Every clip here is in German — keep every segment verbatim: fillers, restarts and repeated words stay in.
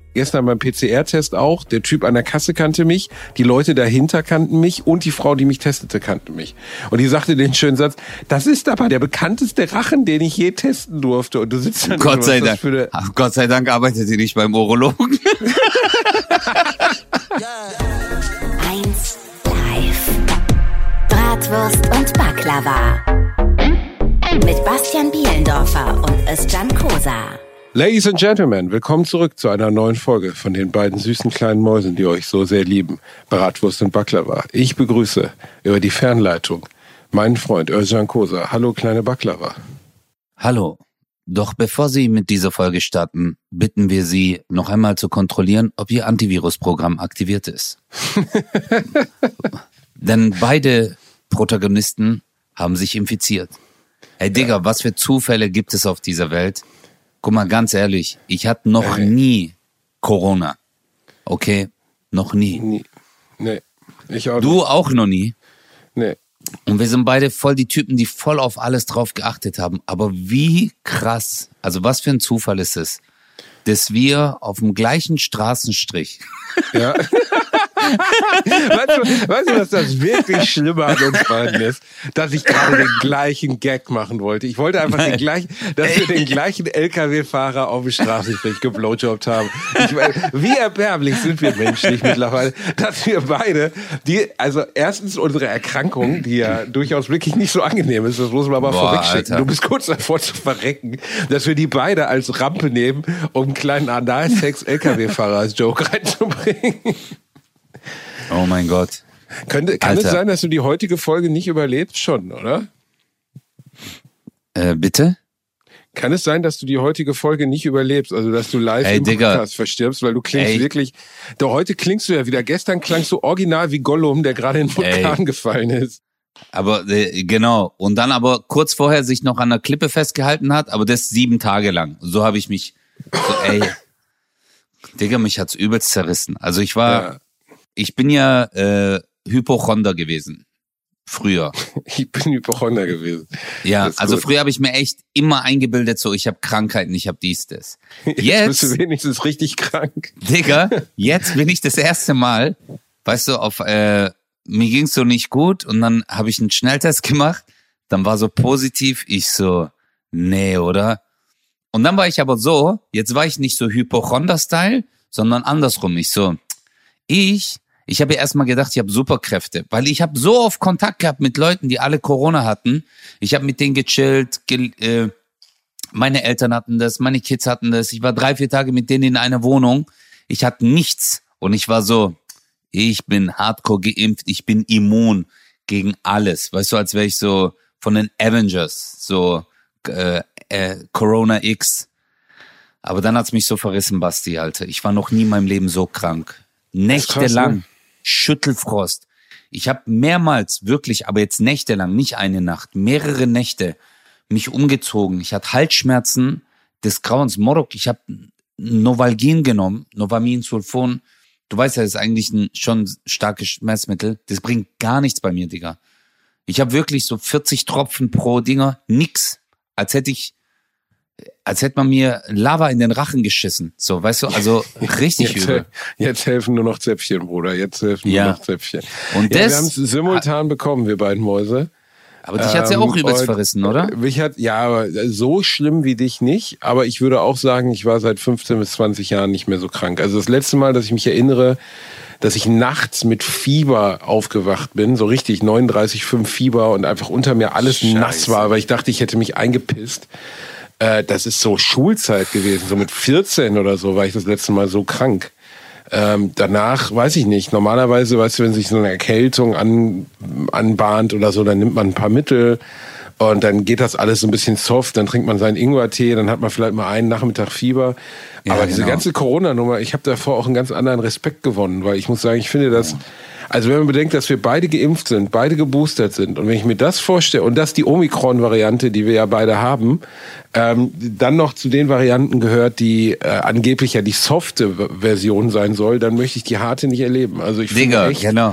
gestern beim P C R-Test auch. Der Typ an der Kasse kannte mich, die Leute dahinter kannten mich und die Frau, die mich testete, kannte mich. Und die sagte den schönen Satz, das ist aber der bekannteste Rachen, den ich je testen durfte. Und du sitzt dann Gott sei Dank. Für Ach, Gott sei Dank arbeitet sie nicht beim Urologen. eins live. Bratwurst und Baklava. Mit Bastian Bielendorfer und Özcan Kosa. Ladies and Gentlemen, willkommen zurück zu einer neuen Folge von den beiden süßen kleinen Mäusen, die euch so sehr lieben. Bratwurst und Baklava. Ich begrüße über die Fernleitung meinen Freund Özcan Kosa. Hallo, kleine Baklava. Hallo. Doch bevor Sie mit dieser Folge starten, bitten wir Sie, noch einmal zu kontrollieren, ob Ihr Antivirusprogramm aktiviert ist. Denn beide Protagonisten haben sich infiziert. Hey Digga, ja. Was für Zufälle gibt es auf dieser Welt? Guck mal, ganz ehrlich, ich hatte noch hey. nie Corona. Okay? Noch nie. nie. Nee, ich auch Du nicht. auch noch nie? Nee. Und wir sind beide voll die Typen, die voll auf alles drauf geachtet haben. Aber wie krass, also was für ein Zufall ist es, dass wir auf dem gleichen Straßenstrich... Ja. weißt, du, weißt du, was das wirklich Schlimme an uns beiden ist? Dass ich gerade den gleichen Gag machen wollte. Ich wollte einfach den gleichen, dass wir den gleichen L K W-Fahrer auf dem Straßenstrich geblowjobbt haben. Ich meine, wie erbärmlich sind wir menschlich mittlerweile, dass wir beide, die, also erstens unsere Erkrankung, die ja durchaus wirklich nicht so angenehm ist, das muss man aber Boah, vorwegschicken. Du bist kurz davor zu verrecken, dass wir die beide als Rampe nehmen, um einen kleinen Analsex-L K W-Fahrer als Joke reinzubringen. Oh mein Gott. Könnte, kann Alter. es sein, dass du die heutige Folge nicht überlebst? Schon, oder? Äh, bitte? Kann es sein, dass du die heutige Folge nicht überlebst? Also, dass du live Ey, im Digga. Podcast verstirbst, weil du klingst Ey. wirklich... Doch heute klingst du ja wieder. Gestern klangst du original wie Gollum, der gerade in den Vulkan Ey. gefallen ist. Aber, äh, genau. Und dann aber kurz vorher sich noch an der Klippe festgehalten hat, aber das sieben Tage lang. So habe ich mich... So, ey... Digga, mich hat's übelst zerrissen. Also ich war... Ja. Ich bin ja äh, Hypochonder gewesen. Früher. Ich bin Hypochonder gewesen. Ja, also gut. Früher habe ich mir echt immer eingebildet, so ich habe Krankheiten, ich habe dies, das. Jetzt, jetzt bist du wenigstens richtig krank. Digga, jetzt bin ich das erste Mal, weißt du, auf äh, mir ging's so nicht gut und dann habe ich einen Schnelltest gemacht, dann war so positiv, ich so, nee, oder? Und dann war ich aber so, jetzt war ich nicht so Hypochonder-Style, sondern andersrum. Ich so, ich... Ich habe ja erstmal gedacht, ich habe Superkräfte, weil ich habe so oft Kontakt gehabt mit Leuten, die alle Corona hatten. Ich habe mit denen gechillt, ge- äh, meine Eltern hatten das, meine Kids hatten das. Ich war drei, vier Tage mit denen in einer Wohnung. Ich hatte nichts und ich war so, ich bin hardcore geimpft, ich bin immun gegen alles. Weißt du, als wäre ich so von den Avengers, so äh, äh, Corona X. Aber dann hat's mich so verrissen, Basti, Alter. Ich war noch nie in meinem Leben so krank. Nächtelang. Ne? Schüttelfrost. Ich habe mehrmals, wirklich, aber jetzt nächtelang, nicht eine Nacht, mehrere Nächte mich umgezogen. Ich hatte Halsschmerzen des Grauens. Morok, ich habe Novalgin genommen, Novamin, Sulfon. Du weißt ja, das ist eigentlich ein schon starkes Schmerzmittel. Das bringt gar nichts bei mir, Digga. Ich habe wirklich so vierzig Tropfen pro Dinger, nix. Als hätte ich, als hätte man mir Lava in den Rachen geschissen. So, weißt du, also richtig jetzt, übel. Jetzt helfen nur noch Zäpfchen, Bruder. Jetzt helfen ja. nur noch Zäpfchen. Und ja, das, wir haben es simultan ha- bekommen, wir beiden Mäuse. Aber dich hat's ja auch übelst verrissen, oder? Mich hat, ja, aber so schlimm wie dich nicht. Aber ich würde auch sagen, ich war seit fünfzehn bis zwanzig Jahren nicht mehr so krank. Also das letzte Mal, dass ich mich erinnere, dass ich nachts mit Fieber aufgewacht bin, so richtig neununddreißig Komma fünf Fieber und einfach unter mir alles Scheiße. nass war, weil ich dachte, ich hätte mich eingepisst. Äh, das ist so Schulzeit gewesen, so mit vierzehn oder so war ich das letzte Mal so krank. Ähm, danach, weiß ich nicht, normalerweise, weißt du, wenn sich so eine Erkältung an, anbahnt oder so, dann nimmt man ein paar Mittel und dann geht das alles so ein bisschen soft, dann trinkt man seinen Ingwertee, dann hat man vielleicht mal einen Nachmittag Fieber. Ja, aber diese genau. ganze Corona-Nummer, ich habe davor auch einen ganz anderen Respekt gewonnen, weil ich muss sagen, ich finde das... Also wenn man bedenkt, dass wir beide geimpft sind, beide geboostert sind und wenn ich mir das vorstelle und das die Omikron-Variante, die wir ja beide haben, ähm, dann noch zu den Varianten gehört, die äh, angeblich ja die softe Version sein soll, dann möchte ich die harte nicht erleben. Also ich Digga, finde echt, genau.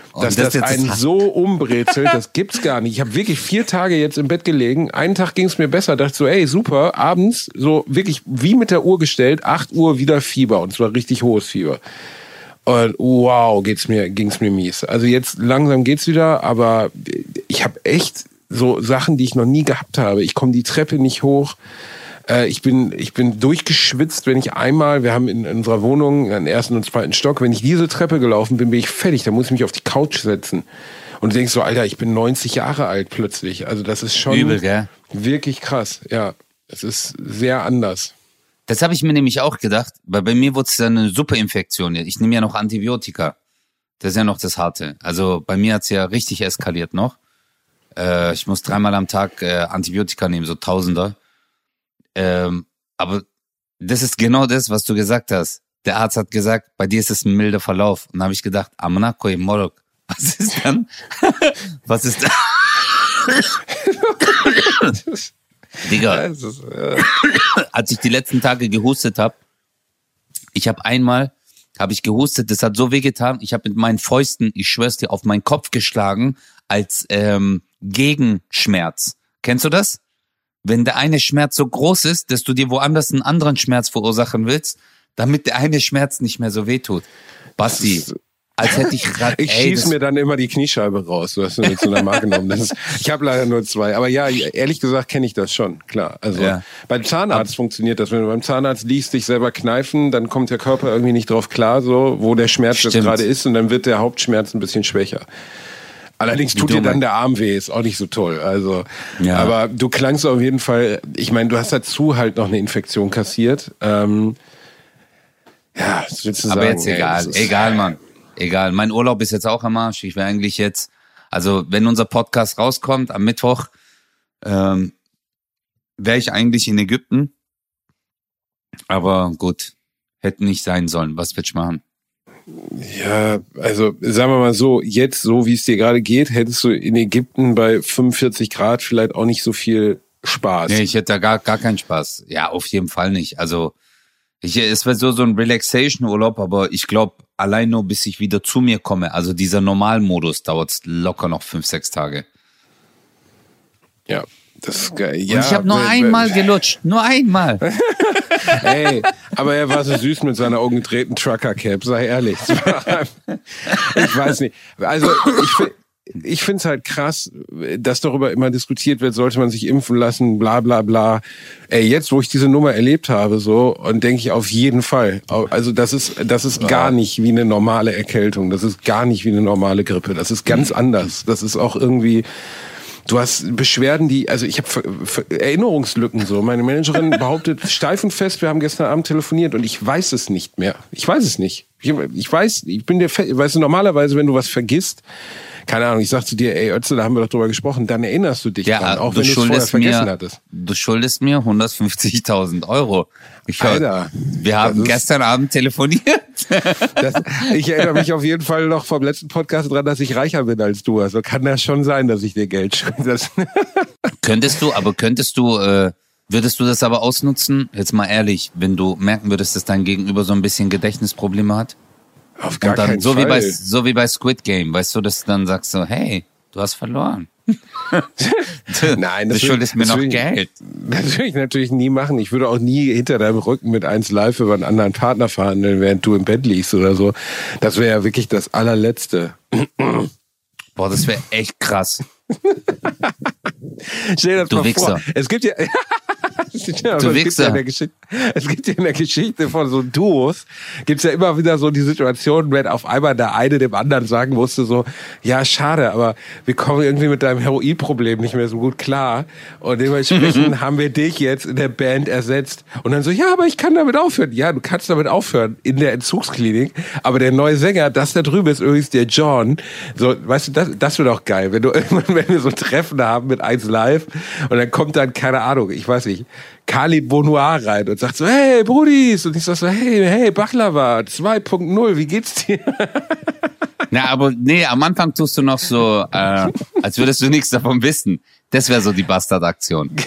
Und dass das das, jetzt einen das- so umbrezelt, das gibt's gar nicht. Ich habe wirklich vier Tage jetzt im Bett gelegen. Einen Tag ging's mir besser. Dachte so, ey, super, abends so wirklich wie mit der Uhr gestellt, acht Uhr wieder Fieber und zwar richtig hohes Fieber. Und wow, geht's mir, ging's mir mies. Also jetzt langsam geht's wieder, aber ich habe echt so Sachen, die ich noch nie gehabt habe. Ich komme die Treppe nicht hoch. Äh, ich bin, ich bin durchgeschwitzt, wenn ich einmal, wir haben in, in unserer Wohnung einen ersten und zweiten Stock, wenn ich diese Treppe gelaufen bin, bin ich fertig. Da muss ich mich auf die Couch setzen. Und du denkst so, Alter, ich bin neunzig Jahre alt plötzlich. Also das ist schon Übel, gell? wirklich krass. Ja, es ist sehr anders. Das habe ich mir nämlich auch gedacht, weil bei mir wurde es dann eine Superinfektion. Ich nehme ja noch Antibiotika. Das ist ja noch das Harte. Also bei mir hat es ja richtig eskaliert noch. Äh, ich muss dreimal am Tag äh, Antibiotika nehmen, so Tausender. Ähm, aber das ist genau das, was du gesagt hast. Der Arzt hat gesagt, bei dir ist es ein milder Verlauf. Und da habe ich gedacht, Amanako im Morok. Was ist dann? Was ist dann? Digga, Das ist, äh, als ich die letzten Tage gehustet habe, ich habe einmal, habe ich gehustet, das hat so wehgetan, ich habe mit meinen Fäusten, ich schwör's dir, auf meinen Kopf geschlagen als ähm, Gegenschmerz. Kennst du das? Wenn der eine Schmerz so groß ist, dass du dir woanders einen anderen Schmerz verursachen willst, damit der eine Schmerz nicht mehr so wehtut. Basti, ist- als hätte ich gerade... ich schieße mir dann immer die Kniescheibe raus. Du hast mir jetzt in der Marke genommen. Das ist, ich habe leider nur zwei. Aber ja, ehrlich gesagt kenne ich das schon, klar. Also Ja. beim Zahnarzt funktioniert das. Wenn du beim Zahnarzt liegst, dich selber kneifen, dann kommt der Körper irgendwie nicht drauf klar, so wo der Schmerz jetzt Stimmt. gerade ist. Und dann wird der Hauptschmerz ein bisschen schwächer. Allerdings tut Wie dir dumm, dann der Arm weh, ist auch nicht so toll. Also, Ja. aber du klangst auf jeden Fall, ich meine, du hast dazu halt noch eine Infektion kassiert. Ähm, ja, was willst du Aber sagen? jetzt ey, egal, das ist- egal, Mann. Egal. Mein Urlaub ist jetzt auch am Arsch. Ich wäre eigentlich jetzt, also wenn unser Podcast rauskommt am Mittwoch, ähm, wäre ich eigentlich in Ägypten. Aber gut, hätte nicht sein sollen. Was willst du machen? Ja, also sagen wir mal so, jetzt so wie es dir gerade geht, hättest du in Ägypten bei fünfundvierzig Grad vielleicht auch nicht so viel Spaß. Nee, ich hätte da gar, gar keinen Spaß. Ja, auf jeden Fall nicht. Also ich, es wäre so, so ein Relaxation-Urlaub, aber ich glaube, allein nur bis ich wieder zu mir komme, also dieser Normalmodus, dauert locker noch fünf, sechs Tage. Ja, das ist geil. Ja, Und ich habe nur w- w- einmal gelutscht. Nur einmal. Ey, aber er war so süß mit seiner umgedrehten Trucker-Cap, sei ehrlich. Es war- Ich weiß nicht. Also ich finde ich finde es halt krass, dass darüber immer diskutiert wird, sollte man sich impfen lassen, bla bla bla. Ey, jetzt, wo ich diese Nummer erlebt habe, so, und denke ich auf jeden Fall. Also das ist, das ist gar nicht wie eine normale Erkältung. Das ist gar nicht wie eine normale Grippe. Das ist ganz anders. Das ist auch irgendwie... Du hast Beschwerden, die, also ich habe Erinnerungslücken so. Meine Managerin behauptet steif und fest, wir haben gestern Abend telefoniert und ich weiß es nicht mehr. Ich weiß es nicht. Ich, ich weiß, ich bin der, Fe- weißt du, normalerweise, wenn du was vergisst, keine Ahnung, ich sag zu dir, ey, Ötze, da haben wir doch drüber gesprochen, dann erinnerst du dich Ja, dran, auch du wenn du es vorher schuldest vergessen mir, hattest. du schuldest mir hundertfünfzigtausend Euro. Ich hör, Alter, wir haben das ist- gestern Abend telefoniert. Das, ich erinnere mich auf jeden Fall noch vom letzten Podcast dran, dass ich reicher bin als du. Also kann das schon sein, dass ich dir Geld schulde. Das- Könntest du, aber könntest du, äh, würdest du das aber ausnutzen? Jetzt mal ehrlich, wenn du merken würdest, dass dein Gegenüber so ein bisschen Gedächtnisprobleme hat? Auf gar Und dann, keinen so Fall. wie bei, so wie bei Squid Game, weißt du, dass du dann sagst so, hey, du hast verloren. du, Nein, du das will- schuldest mir das noch will ich- Geld. Das würde ich natürlich nie machen. Ich würde auch nie hinter deinem Rücken mit eins live über einen anderen Partner verhandeln, während du im Bett liegst oder so. Das wäre ja wirklich das allerletzte. Boah, das wäre echt krass. Stell dir das Du mal Wichser. vor. Es gibt ja, ja Du es gibt ja Wichser. in der Geschichte, es gibt ja in der Geschichte von so Duos, gibt's ja immer wieder so die Situation, wenn auf einmal der eine dem anderen sagen musste so, ja, schade, aber wir kommen irgendwie mit deinem Heroinproblem nicht mehr so gut klar und dementsprechend haben wir dich jetzt in der Band ersetzt und dann so, ja, aber ich kann damit aufhören. Ja, du kannst damit aufhören in der Entzugsklinik, aber der neue Sänger, das da drüben ist übrigens der John. So, weißt du, das, das wird auch geil, wenn du irgendwann, wenn wir so ein Treffen haben mit eins live und dann kommt dann, keine Ahnung, ich weiß nicht, Khalid Bonoir rein und sagt so, hey, Brudis, und ich sag so, hey, hey, Baklava, zwei Punkt null, wie geht's dir? Na, aber nee, am Anfang tust du noch so, äh, als würdest du nichts davon wissen. Das wäre so die Bastardaktion.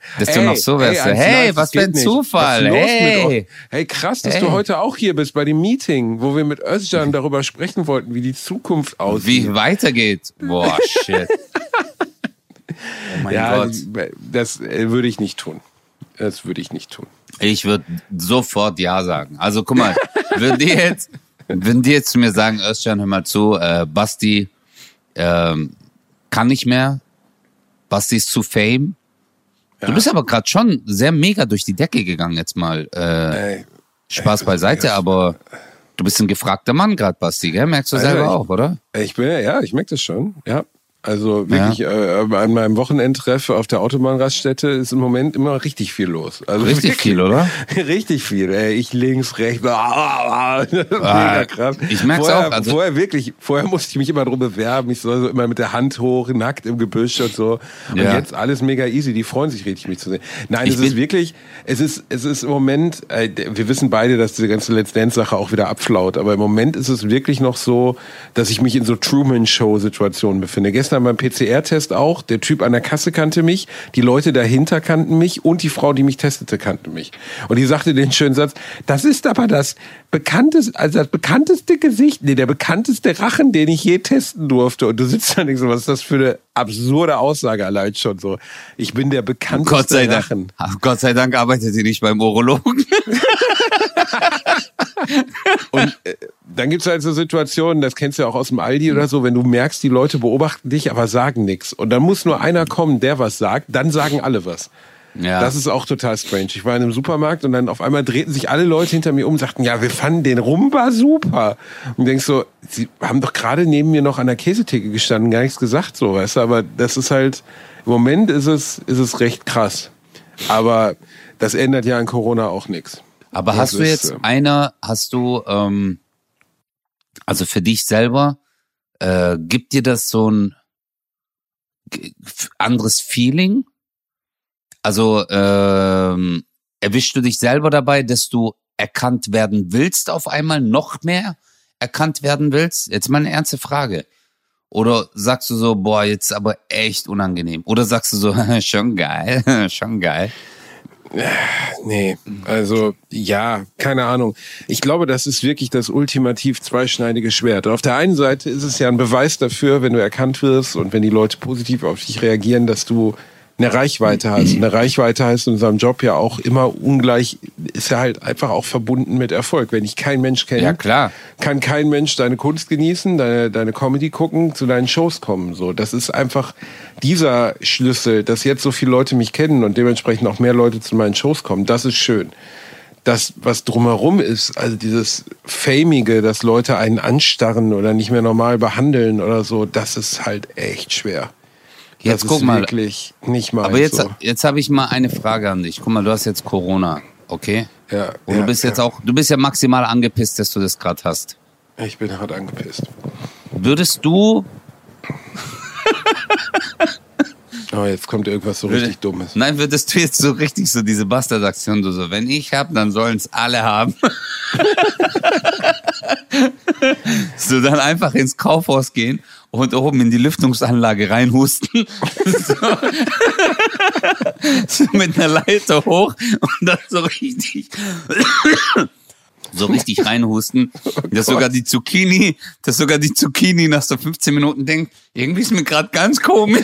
Dass du noch so wärst. Hey, hey was für ein Zufall. Hey. hey, krass, dass hey. du heute auch hier bist bei dem Meeting, wo wir mit Özcan darüber sprechen wollten, wie die Zukunft aussieht. Wie weitergeht. Boah, shit. Oh mein ja, Gott. Das würde ich nicht tun. Das würde ich nicht tun. Ich würde sofort Ja sagen. Also guck mal, wenn die jetzt, wenn die jetzt zu mir sagen, Özcan, hör mal zu, äh, Basti ähm, kann nicht mehr, Basti ist zu fame. Ja. Du bist aber gerade schon sehr mega durch die Decke gegangen jetzt mal. Äh, ey, Spaß ey, beiseite, aber du bist ein gefragter Mann gerade, Basti, gell? Merkst du also selber ich, auch, oder? Ich bin ja, ich merke das schon, ja. Also wirklich, ja. äh, an meinem Wochenendtreff auf der Autobahnraststätte ist im Moment immer richtig viel los. Also richtig wirklich, viel, oder? Richtig viel. Ey, ich links, rechts, ah, mega krass. Ich merk's vorher, auch. Also vorher wirklich, vorher musste ich mich immer drum bewerben. Ich soll so immer mit der Hand hoch, nackt im Gebüsch und so. Und ja. jetzt alles mega easy. Die freuen sich richtig, mich zu sehen. Nein, ich es ist wirklich, es ist, es ist im Moment, äh, wir wissen beide, dass diese ganze Let's Dance-Sache auch wieder abflaut. Aber im Moment ist es wirklich noch so, dass ich mich in so Truman-Show-Situationen befinde. Gestern beim P C R-Test auch, der Typ an der Kasse kannte mich, die Leute dahinter kannten mich und die Frau, die mich testete, kannte mich. Und die sagte den schönen Satz, das ist aber das bekannteste, also das bekannteste Gesicht, nee, der bekannteste Rachen, den ich je testen durfte. Und du sitzt da und denkst so, was ist das für eine absurde Aussage allein schon so. Ich bin der bekannteste Gott sei Rachen. Dank, Gott sei Dank arbeitet sie nicht beim Urologen. Und äh, dann gibt's halt so Situationen, das kennst du ja auch aus dem Aldi oder so, wenn du merkst, die Leute beobachten dich, aber sagen nichts. Und dann muss nur einer kommen, der was sagt, dann sagen alle was. Ja. Das ist auch total strange. Ich war in einem Supermarkt und dann auf einmal drehten sich alle Leute hinter mir um und sagten, ja, wir fanden den Rumba super. Und denkst so, sie haben doch gerade neben mir noch an der Käsetheke gestanden, gar nichts gesagt, so, weißt du, aber das ist halt, im Moment ist es, ist es recht krass. Aber das ändert ja an Corona auch nichts. Aber das hast du jetzt äh, einer, hast du, ähm, also für dich selber, äh, gibt dir das so ein g- anderes Feeling? Also ähm, erwischst du dich selber dabei, dass du erkannt werden willst auf einmal, noch mehr erkannt werden willst? Jetzt mal eine ernste Frage. Oder sagst du so, boah, jetzt aber echt unangenehm? Oder sagst du so, schon geil, schon geil? Nee, also ja, keine Ahnung. Ich glaube, das ist wirklich das ultimativ zweischneidige Schwert. Auf der einen Seite ist es ja ein Beweis dafür, wenn du erkannt wirst und wenn die Leute positiv auf dich reagieren, dass du eine Reichweite hast. Eine Reichweite heißt in unserem Job ja auch immer ungleich, ist ja halt einfach auch verbunden mit Erfolg. Wenn ich kein Mensch kenne, ja, klar. kann kein Mensch deine Kunst genießen, deine, deine Comedy gucken, zu deinen Shows kommen. So, das ist einfach dieser Schlüssel, dass jetzt so viele Leute mich kennen und dementsprechend auch mehr Leute zu meinen Shows kommen. Das ist schön. Das, was drumherum ist, also dieses Famige, dass Leute einen anstarren oder nicht mehr normal behandeln oder so, das ist halt echt schwer. Jetzt das guck ist mal. Wirklich nicht mal Aber jetzt, so. jetzt habe ich mal eine Frage an dich. Guck mal, du hast jetzt Corona, okay? Ja. Und ja, du bist jetzt ja. auch, du bist ja maximal angepisst, dass du das gerade hast. Ich bin hart angepisst. Würdest du... Oh, jetzt kommt irgendwas so Würde, richtig Dummes. Nein, würdest du jetzt so richtig so diese Bastardaktion, du so, wenn ich hab, dann sollen es alle haben. So, dann einfach ins Kaufhaus gehen und oben in die Lüftungsanlage reinhusten. So, so mit einer Leiter hoch und dann so richtig... so richtig reinhusten, oh dass sogar die Zucchini, dass sogar die Zucchini nach so fünfzehn Minuten denkt, irgendwie ist mir gerade ganz komisch.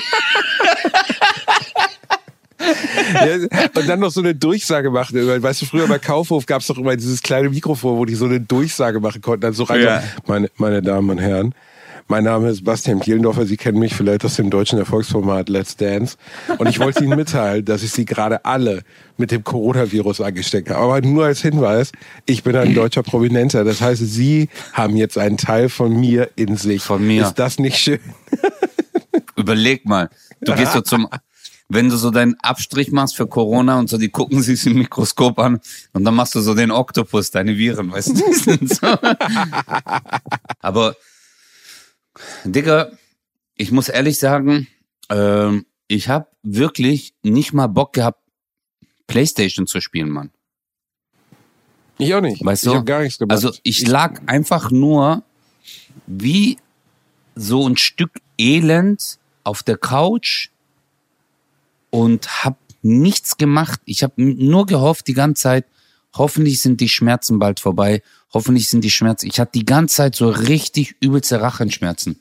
Ja, und dann noch so eine Durchsage machen. Weißt du, früher bei Kaufhof gab es doch immer dieses kleine Mikrofon, wo die so eine Durchsage machen konnten. Dann so rein, ja. so, meine, meine Damen und Herren, mein Name ist Bastian Bielendorfer. Sie kennen mich vielleicht aus dem deutschen Erfolgsformat Let's Dance. Und ich wollte Ihnen mitteilen, dass ich Sie gerade alle mit dem Coronavirus angesteckt habe. Aber nur als Hinweis, ich bin ein deutscher Prominenter. Das heißt, Sie haben jetzt einen Teil von mir in sich. Von mir. Ist das nicht schön? Überleg mal. Du gehst so zum... Wenn du so deinen Abstrich machst für Corona und so, die gucken sich im Mikroskop an und dann machst du so den Oktopus, deine Viren, weißt du? Die sind so. Aber, Digga, ich muss ehrlich sagen, ähm, ich habe wirklich nicht mal Bock gehabt, PlayStation zu spielen, Mann. Ich auch nicht. Weißt du? Ich habe gar nichts gemacht. Also ich lag einfach nur wie so ein Stück Elend auf der Couch und hab nichts gemacht. Ich habe nur gehofft die ganze Zeit, hoffentlich sind die Schmerzen bald vorbei. Hoffentlich sind die Schmerzen. Ich hatte die ganze Zeit so richtig übelste Rachenschmerzen.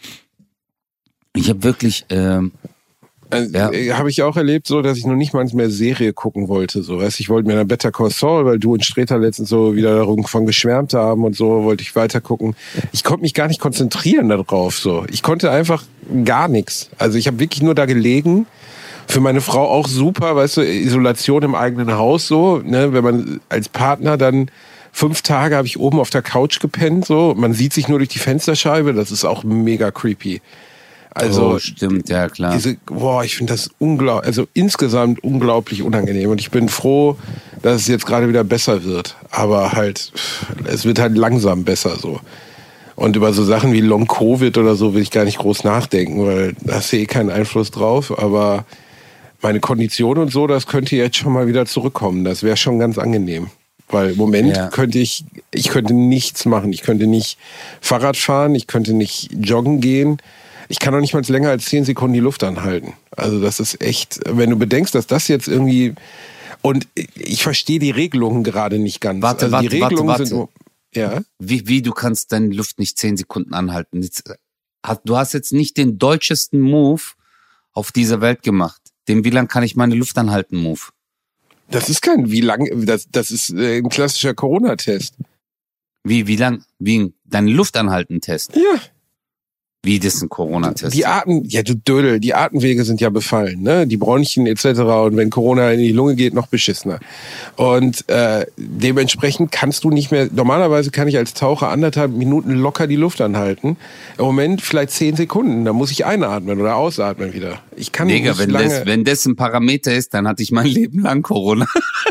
Ich habe wirklich... Ähm, Also, ja. äh, habe ich auch erlebt, so, dass ich noch nicht mal mehr Serie gucken wollte. So, weißt, ich wollte mir dann Better Call Saul, weil du und Streter letztens so wieder davon geschwärmt haben und so, wollte ich weiter gucken. Ich konnte mich gar nicht konzentrieren darauf. So, ich konnte einfach gar nichts. Also ich habe wirklich nur da gelegen. Für meine Frau auch super, weißt du, Isolation im eigenen Haus, so, ne, wenn man als Partner dann fünf Tage habe ich oben auf der Couch gepennt, so, man sieht sich nur durch die Fensterscheibe, das ist auch mega creepy. Also, oh, stimmt, ja klar. Diese, boah, ich finde das unglaublich, also insgesamt unglaublich unangenehm. Und ich bin froh, dass es jetzt gerade wieder besser wird. Aber halt, es wird halt langsam besser so. Und über so Sachen wie Long-Covid oder so will ich gar nicht groß nachdenken, weil da hast du eh keinen Einfluss drauf. Aber meine Kondition und so, das könnte jetzt schon mal wieder zurückkommen. Das wäre schon ganz angenehm. Weil im Moment ja. könnte ich, ich könnte nichts machen. Ich könnte nicht Fahrrad fahren, ich könnte nicht joggen gehen. Ich kann auch nicht mal länger als zehn Sekunden die Luft anhalten. Also das ist echt, wenn du bedenkst, dass das jetzt irgendwie, und ich verstehe die Regelungen gerade nicht ganz. Warte, also warte, die Regelungen warte, warte. sind, ja. Wie, wie, du kannst deine Luft nicht zehn Sekunden anhalten? Jetzt, du hast jetzt nicht den deutschesten Move auf dieser Welt gemacht. Den wie lang kann ich meine Luft anhalten Move? Das ist kein, wie lang, das, das ist ein klassischer Corona-Test. Wie, wie lang, wie ein, dein Luft anhalten Test? Ja. Wie, das ist ein Corona-Test? Die Atem, ja du Dödel, die Atemwege sind ja befallen, ne? Die Bronchien et cetera. Und wenn Corona in die Lunge geht, noch beschissener. Und äh, dementsprechend kannst du nicht mehr, normalerweise kann ich als Taucher anderthalb Minuten locker die Luft anhalten. Im Moment vielleicht zehn Sekunden, da muss ich einatmen oder ausatmen wieder. Ich kann Digga, nicht wenn lange... das, wenn das ein Parameter ist, dann hatte ich mein Leben lang Corona.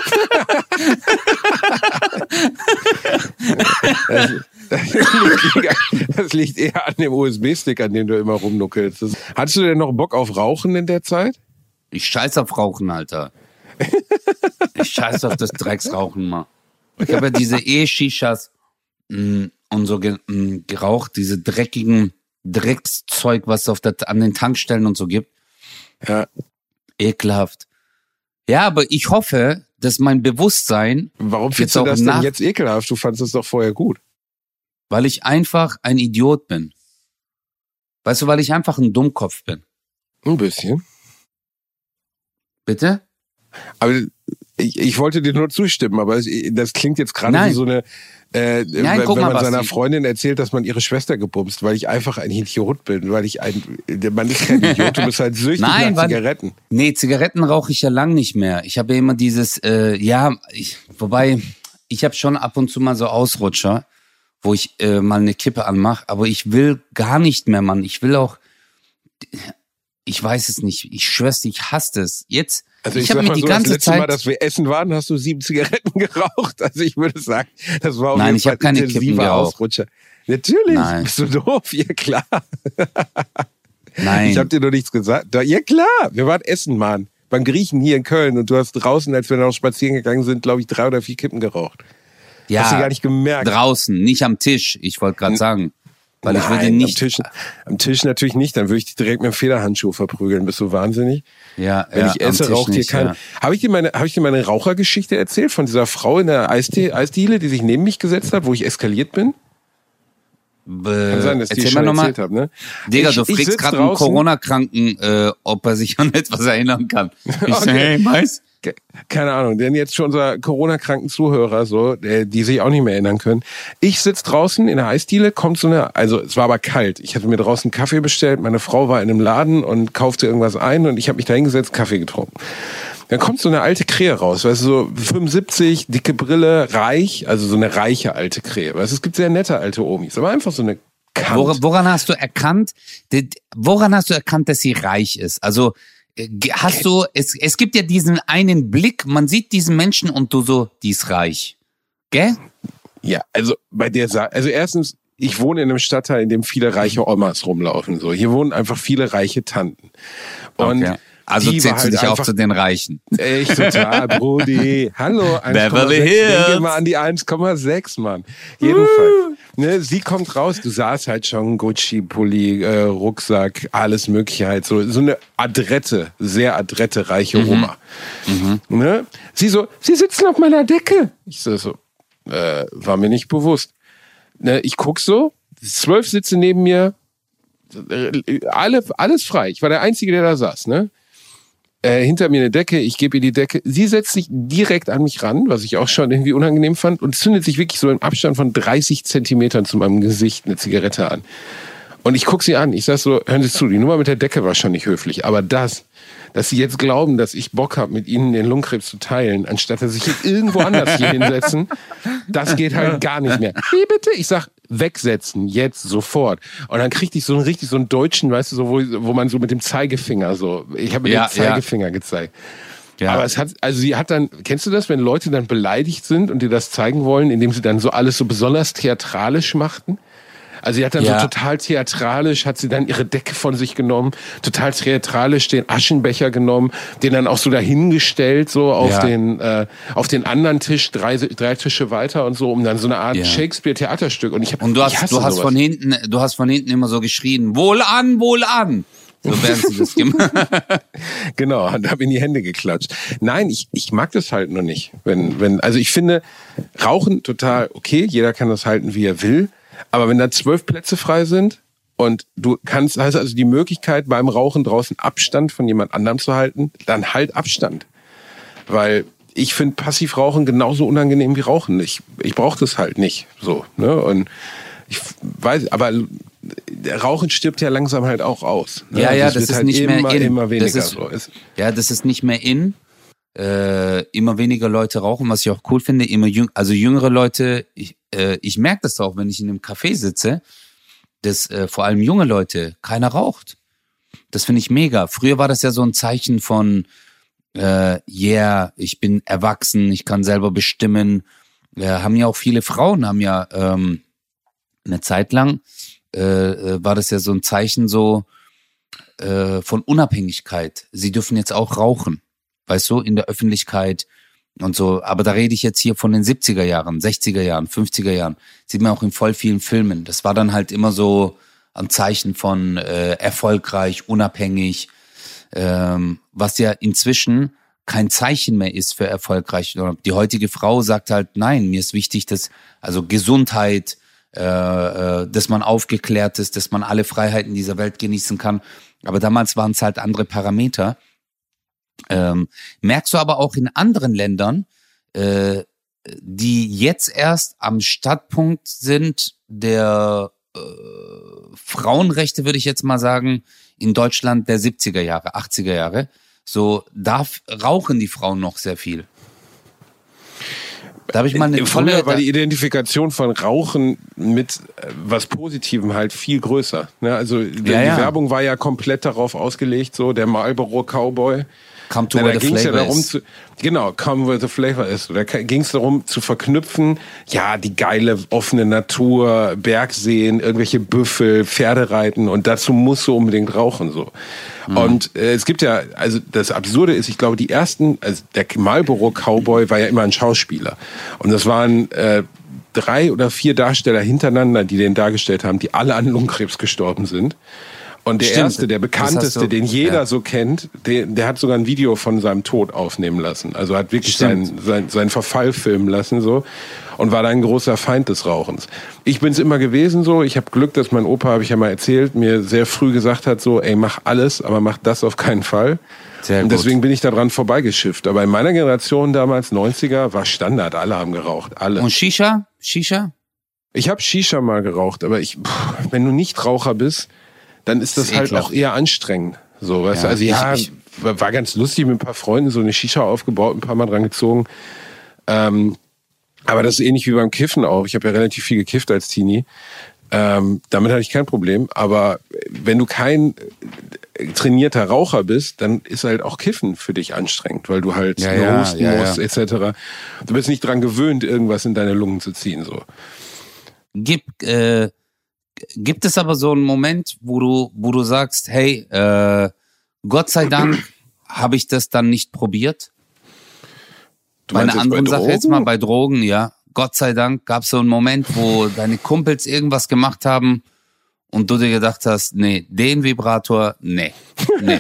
das, das, liegt, das liegt eher an dem U S B-Stick, an dem du immer rumnuckelst. Das, hattest du denn noch Bock auf Rauchen in der Zeit? Ich scheiß auf Rauchen, Alter. Ich scheiß auf das Drecksrauchen, mal. Ich habe ja diese E-Shishas mh, und so ge, mh, geraucht, diese dreckigen Dreckszeug, was es auf der, an den Tankstellen und so gibt. Ja. Ekelhaft. Ja, aber ich hoffe, dass mein Bewusstsein... Warum findest du das denn jetzt ekelhaft? Du fandest es doch vorher gut. Weil ich einfach ein Idiot bin. Weißt du, weil ich einfach ein Dummkopf bin. Ein bisschen. Bitte? Aber ich, ich wollte dir nur zustimmen, aber es, das klingt jetzt gerade wie so eine, äh, Nein, wenn, guck wenn mal, man seiner Basti. Freundin erzählt, dass man ihre Schwester gebumst, weil ich einfach ein Idiot bin, weil ich ein, man ist kein Idiot, du bist halt süchtig Nein, nach weil, Zigaretten. Nee, Zigaretten rauche ich ja lang nicht mehr. Ich habe ja immer dieses, äh, ja, ich, wobei, ich habe schon ab und zu mal so Ausrutscher, wo ich äh, mal eine Kippe anmache, aber ich will gar nicht mehr, Mann. Ich will auch, ich weiß es nicht, ich schwör's dir, ich hasse es. Jetzt, Also ich, ich habe sag mir mal die so, ganze das letzte Zeit... Mal, dass wir essen waren, hast du sieben Zigaretten geraucht. Also ich würde sagen, das war auf Nein, jeden ich Fall hab keine intensiver Kippen geraucht. Ausrutscher. Natürlich, Nein. bist du doof? Ja klar. Nein. Ich habe dir doch nichts gesagt. Da, ja klar, wir waren essen, Mann. Beim Griechen hier in Köln und du hast draußen, als wir noch spazieren gegangen sind, glaube ich, drei oder vier Kippen geraucht. Ja, hast du gar nicht gemerkt. Draußen, nicht am Tisch. Ich wollte gerade sagen, weil ich würde Nein, nicht. Am Tisch, am Tisch natürlich nicht. Dann würde ich dich direkt mit dem Federhandschuh verprügeln. Bist du wahnsinnig? Ja, Wenn ja, ich esse, am Tisch raucht hier nicht, keiner. ja. Habe ich dir meine, habe ich dir meine Rauchergeschichte erzählt von dieser Frau in der Eistee, Eisdiele, die sich neben mich gesetzt hat, wo ich eskaliert bin? Kann sein, dass ich die schon erzählt habe, ne? Digga, ich, du fragst gerade einen Corona-Kranken, äh, ob er sich an etwas erinnern kann. Ich Okay. so, hey, weißt? Keine Ahnung, denn jetzt schon unser Corona-kranken Zuhörer, so, äh, die sich auch nicht mehr erinnern können. Ich sitz draußen in der Eisdiele, kommt so eine, also es war aber kalt. Ich hatte mir draußen Kaffee bestellt, meine Frau war in einem Laden und kaufte irgendwas ein und ich habe mich da hingesetzt, Kaffee getrunken. Dann kommt so eine alte Krähe raus, weißt du, so fünfundsiebzig, dicke Brille, reich, also so eine reiche alte Krähe. Weißt du, es gibt sehr nette alte Omis, aber einfach so eine Kant. Woran, woran hast du erkannt, woran hast du erkannt, dass sie reich ist? Also, hast du, es, es gibt ja diesen einen Blick, man sieht diesen Menschen und du so, die ist reich. Gell? Ja, also bei der Sa- also erstens, ich wohne in einem Stadtteil, in dem viele reiche Omas rumlaufen, so. Hier wohnen einfach viele reiche Tanten. Und okay. Also die zählst war du dich halt auch einfach- zu den Reichen. Echt total, Brudi. Hallo, Beverly eins Komma sechs. Hills. Denke mal an die eins Komma sechs, Mann. Jedenfalls. ne, sie kommt raus, du sahst halt schon Gucci-Pulli, äh, Rucksack, alles mögliche halt, so, so eine adrette, sehr adrette, reiche Mhm. Oma. Mhm. Ne? Sie so, sie sitzen auf meiner Decke. Ich so, so äh, war mir nicht bewusst. Ne, ich guck so, zwölf Sitze neben mir, äh, alle, alles frei. Ich war der Einzige, der da saß, ne? Äh, hinter mir eine Decke, ich gebe ihr die Decke. Sie setzt sich direkt an mich ran, was ich auch schon irgendwie unangenehm fand, und zündet sich wirklich so im Abstand von dreißig Zentimetern zu meinem Gesicht eine Zigarette an. Und ich guck sie an, ich sag so, hören Sie zu, die Nummer mit der Decke war schon nicht höflich, aber das, dass Sie jetzt glauben, dass ich Bock habe, mit Ihnen den Lungenkrebs zu teilen, anstatt dass sich irgendwo anders hier hinsetzen, das geht halt gar nicht mehr. Wie bitte? Ich sag, wegsetzen, jetzt, sofort. Und dann kriegte ich so einen richtig so einen deutschen, weißt du, so, wo, wo man so mit dem Zeigefinger so, ich habe mit Ja, dem Zeigefinger ja. gezeigt. Ja. Aber es hat, also sie hat dann, kennst du das, wenn Leute dann beleidigt sind und dir das zeigen wollen, indem sie dann so alles so besonders theatralisch machten? Also sie hat dann Ja. so total theatralisch, hat sie dann ihre Decke von sich genommen, total theatralisch den Aschenbecher genommen, den dann auch so dahingestellt, so auf Ja. den äh, auf den anderen Tisch, drei, drei Tische weiter und so, um dann so eine Art Ja. Shakespeare-Theaterstück. Und ich hab, Und du ich hast, hasse du hast sowas. von hinten, du hast von hinten immer so geschrien, wohl an, wohl an. So während sie das gemacht. Genau, und habe in die Hände geklatscht. Nein, ich, ich mag das halt nur nicht. Wenn, wenn, also ich finde, Rauchen total okay, jeder kann das halten, wie er will. Aber wenn da zwölf Plätze frei sind und du kannst, hast also die Möglichkeit, beim Rauchen draußen Abstand von jemand anderem zu halten, dann halt Abstand. Weil ich finde Passivrauchen genauso unangenehm wie Rauchen. Ich, ich brauche das halt nicht so. Ne? Und ich weiß, aber Rauchen stirbt ja langsam halt auch aus. Ne? Ja, Also ja, es das wird ist halt nicht immer, mehr in. immer weniger Das ist, so. Es, ja, das ist nicht mehr in. Äh, immer weniger Leute rauchen, was ich auch cool finde. Immer jüng, also jüngere Leute. Ich, äh, ich merke das auch, wenn ich in einem Café sitze, dass äh, vor allem junge Leute keiner raucht. Das finde ich mega. Früher war das ja so ein Zeichen von, äh, yeah, ich bin erwachsen, ich kann selber bestimmen. Äh, haben ja auch viele Frauen, haben ja ähm, eine Zeit lang äh, war das ja so ein Zeichen so äh, von Unabhängigkeit. Sie dürfen jetzt auch rauchen, weißt du, in der Öffentlichkeit und so. Aber da rede ich jetzt hier von den siebziger Jahren, sechziger Jahren, fünfziger Jahren. Sieht man auch in voll vielen Filmen. Das war dann halt immer so ein Zeichen von äh, erfolgreich, unabhängig, ähm, was ja inzwischen kein Zeichen mehr ist für erfolgreich. Die heutige Frau sagt halt, nein, mir ist wichtig, dass also Gesundheit, äh, äh, dass man aufgeklärt ist, dass man alle Freiheiten dieser Welt genießen kann. Aber damals waren es halt andere Parameter. Ähm, merkst du aber auch in anderen Ländern, äh, die jetzt erst am Startpunkt sind der äh, Frauenrechte, würde ich jetzt mal sagen, in Deutschland der siebziger Jahre, achtziger Jahre. So, da f- rauchen die Frauen noch sehr viel. Da habe ich mal eine Früher tolle... war die Identifikation von Rauchen mit äh, was Positivem halt viel größer. Ne? Also die, Ja, ja. die Werbung war ja komplett darauf ausgelegt, so der Marlboro Cowboy. Come to Na, where da the ging es ja flavor darum is. zu, genau, come where the flavor is. Da ging es darum zu verknüpfen, ja, die geile offene Natur, Bergseen, irgendwelche Büffel, Pferdereiten, und dazu musst du unbedingt rauchen, so. Mhm. Und äh, es gibt ja, also das Absurde ist, ich glaube, die ersten, also der Marlboro Cowboy war ja immer ein Schauspieler. Und das waren äh, drei oder vier Darsteller hintereinander, die den dargestellt haben, die alle an Lungenkrebs gestorben sind. Und der Stimmt, erste, der das bekannteste, hast du- den jeder ja. so kennt, der, der hat sogar ein Video von seinem Tod aufnehmen lassen. Also hat wirklich Stimmt. seinen sein, sein Verfall filmen lassen so und war da ein großer Feind des Rauchens. Ich bin's immer gewesen so. Ich habe Glück, dass mein Opa, habe ich ja mal erzählt, mir sehr früh gesagt hat so, ey, mach alles, aber mach das auf keinen Fall. Sehr und gut. deswegen bin ich da dran vorbeigeschifft. Aber in meiner Generation damals, neunziger, war Standard. Alle haben geraucht. Alle. Und Shisha? Shisha? Ich habe Shisha mal geraucht, aber ich, pff, wenn du nicht Raucher bist, dann ist das Ist halt ekelhaft. auch eher anstrengend. So, weißt Ja, du, also ja, ich- war ganz lustig mit ein paar Freunden, so eine Shisha aufgebaut, ein paar Mal dran gezogen. Ähm, aber das ist ähnlich wie beim Kiffen auch. Ich habe ja relativ viel gekifft als Teenie. Ähm, damit hatte ich kein Problem. Aber wenn du kein äh, trainierter Raucher bist, dann ist halt auch Kiffen für dich anstrengend, weil du halt Ja, nur ja, husten ja, musst, ja. et cetera. Du bist nicht dran gewöhnt, irgendwas in deine Lungen zu ziehen. So. Gibt, äh, gibt es aber so einen Moment, wo du, wo du sagst, hey, äh, Gott sei Dank habe ich das dann nicht probiert? Du Bei meinst einer jetzt bei anderen Sache jetzt Drogen? mal bei Drogen, ja. Gott sei Dank, gab es so einen Moment, wo deine Kumpels irgendwas gemacht haben und du dir gedacht hast, nee, den Vibrator, nee, nee.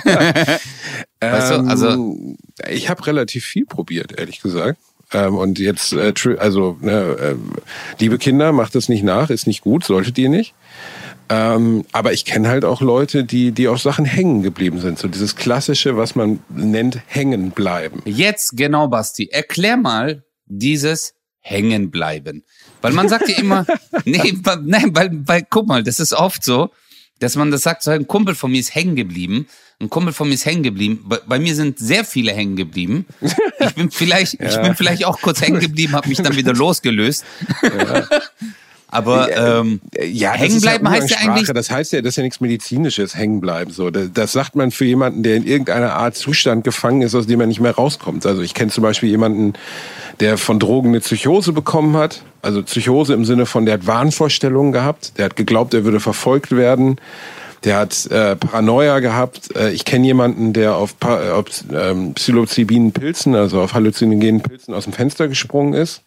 Weißt du, also ich habe relativ viel probiert, ehrlich gesagt. Ähm, und jetzt, äh, also, ne, äh, liebe Kinder, macht das nicht nach, ist nicht gut, solltet ihr nicht. Ähm, aber ich kenne halt auch Leute, die, die auf Sachen hängen geblieben sind. So dieses Klassische, was man nennt, hängen bleiben. Jetzt genau, Basti, erklär mal dieses Hängenbleiben. Weil man sagt ja immer, nee, nein, weil, weil, guck mal, das ist oft so, dass man das sagt, so ein Kumpel von mir ist hängen geblieben, ein Kumpel von mir ist hängen geblieben, bei, bei mir sind sehr viele hängen geblieben. Ich bin vielleicht, ja. ich bin vielleicht auch kurz hängen geblieben, habe mich dann wieder losgelöst. Ja. Aber ähm, ja, hängen bleiben ja heißt ja eigentlich... Das heißt ja, das ist ja nichts Medizinisches, hängen bleiben. So, das, das sagt man für jemanden, der in irgendeiner Art Zustand gefangen ist, aus dem er nicht mehr rauskommt. Also ich kenne zum Beispiel jemanden, der von Drogen eine Psychose bekommen hat. Also Psychose im Sinne von, der hat Wahnvorstellungen gehabt. Der hat geglaubt, er würde verfolgt werden. Der hat äh, Paranoia gehabt. Äh, ich kenne jemanden, der auf, pa- auf ähm, psilocybinen Pilzen, also auf halluzinogenen Pilzen aus dem Fenster gesprungen ist.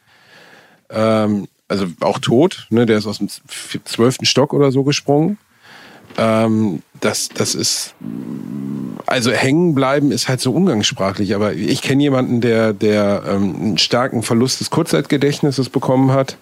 Ähm, also auch tot, ne? Der ist aus dem zwölften Stock oder so gesprungen. Ähm, das, das ist, also hängen bleiben ist halt so umgangssprachlich, aber ich kenne jemanden, der, der ähm, einen starken Verlust des Kurzzeitgedächtnisses bekommen hat,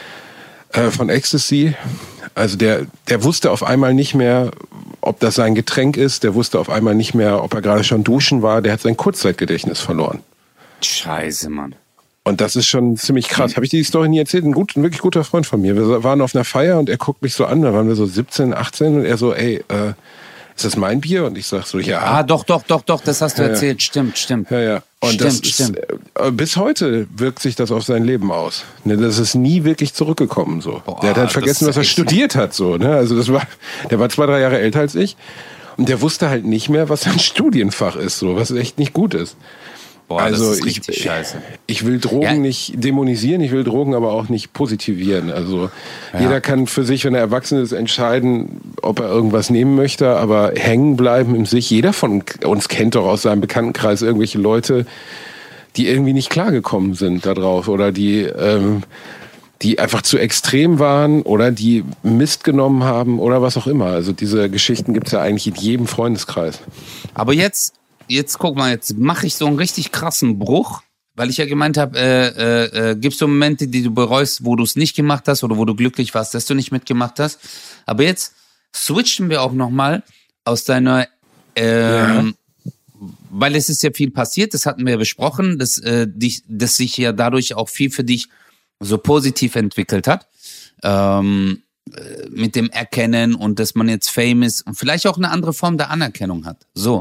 äh, von Ecstasy. Also der, der wusste auf einmal nicht mehr, ob das sein Getränk ist, der wusste auf einmal nicht mehr, ob er gerade schon duschen war, der hat sein Kurzzeitgedächtnis verloren. Scheiße, Mann. Und das ist schon ziemlich krass. Habe ich dir die Story nie erzählt? Ein, gut, ein wirklich guter Freund von mir. Wir waren auf einer Feier und er guckt mich so an. Da waren wir so siebzehn, achtzehn und er so, ey, äh, ist das mein Bier? Und ich sag so, ja. Ah, doch, doch, doch, doch, das hast du ja, erzählt. Stimmt, stimmt. Ja, ja. Und stimmt, das ist, stimmt. Äh, bis heute wirkt sich das auf sein Leben aus. Ne, das ist nie wirklich zurückgekommen. So. Boah, der hat halt vergessen, was er studiert hat. So, ne? Also das war, der war zwei, drei Jahre älter als ich. Und der wusste halt nicht mehr, was sein Studienfach ist, so, was echt nicht gut ist. Boah, also das ist richtig ich, scheiße. Ich will Drogen ja. nicht dämonisieren, ich will Drogen aber auch nicht positivieren. Also ja. jeder kann für sich, wenn er erwachsen ist, entscheiden, ob er irgendwas nehmen möchte, aber hängen bleiben im sich. Jeder von uns kennt doch aus seinem Bekanntenkreis irgendwelche Leute, die irgendwie nicht klargekommen sind da drauf oder die, ähm, die einfach zu extrem waren oder die Mist genommen haben oder was auch immer. Also diese Geschichten gibt's ja eigentlich in jedem Freundeskreis. Aber jetzt Jetzt guck mal, jetzt mache ich so einen richtig krassen Bruch, weil ich ja gemeint habe, äh, äh, äh, gibt es so Momente, die du bereust, wo du es nicht gemacht hast oder wo du glücklich warst, dass du nicht mitgemacht hast. Aber jetzt switchen wir auch nochmal aus deiner, ähm, ja. weil es ist ja viel passiert, das hatten wir ja besprochen, dass, äh, dich, dass sich ja dadurch auch viel für dich so positiv entwickelt hat. Ähm, mit dem Erkennen und dass man jetzt Fame ist und vielleicht auch eine andere Form der Anerkennung hat. So.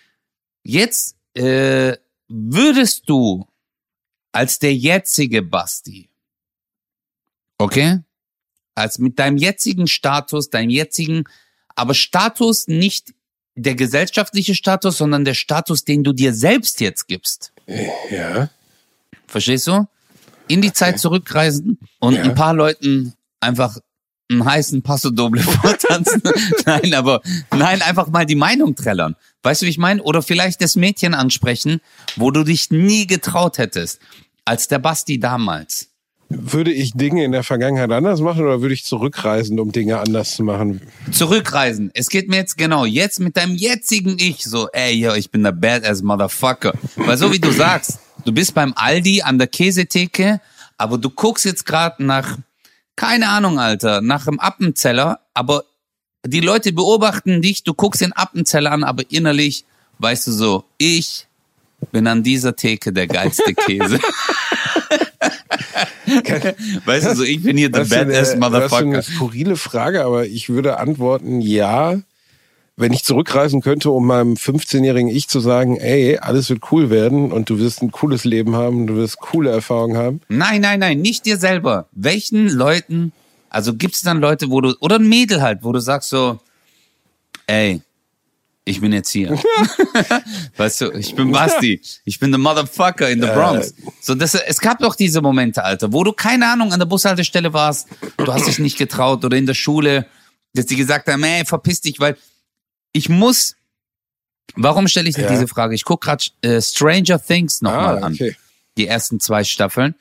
Jetzt äh, würdest du als der jetzige Basti, okay, als mit deinem jetzigen Status, deinem jetzigen, aber Status nicht der gesellschaftliche Status, sondern der Status, den du dir selbst jetzt gibst. Ja. Verstehst du? In die okay. Zeit zurückreisen und ja. ein paar Leuten einfach einen heißen Paso Doble vortanzen. Nein, aber nein, einfach mal die Meinung trällern. Weißt du, wie ich meine? Oder vielleicht das Mädchen ansprechen, wo du dich nie getraut hättest, als der Basti damals. Würde ich Dinge in der Vergangenheit anders machen oder würde ich zurückreisen, um Dinge anders zu machen? Zurückreisen. Es geht mir jetzt genau, jetzt mit deinem jetzigen Ich so, ey, yo, ich bin der Badass Motherfucker. Weil so wie du sagst, du bist beim Aldi an der Käsetheke, aber du guckst jetzt gerade nach, keine Ahnung, Alter, nach einem Appenzeller, aber die Leute beobachten dich, du guckst den Appenzeller an, aber innerlich weißt du so, ich bin an dieser Theke der geilste Käse. Weißt du so, ich bin hier the badass Motherfucker. Das ist eine skurrile Frage, aber ich würde antworten, ja, wenn ich zurückreisen könnte, um meinem fünfzehnjährigen Ich zu sagen, ey, alles wird cool werden und du wirst ein cooles Leben haben, du wirst coole Erfahrungen haben. Nein, nein, nein, nicht dir selber. Welchen Leuten, also gibt es dann Leute, wo du, oder ein Mädel halt, wo du sagst so, ey, ich bin jetzt hier. Weißt du, ich bin Basti. Ich bin the Motherfucker in the Bronx. So, das, es gab doch diese Momente, Alter, wo du, keine Ahnung, an der Bushaltestelle warst, du hast dich nicht getraut oder in der Schule, dass die gesagt haben, ey, verpiss dich, weil ich muss, warum stelle ich dir ja. diese Frage? Ich gucke gerade äh, Stranger Things nochmal ah, okay. an. Die ersten zwei Staffeln.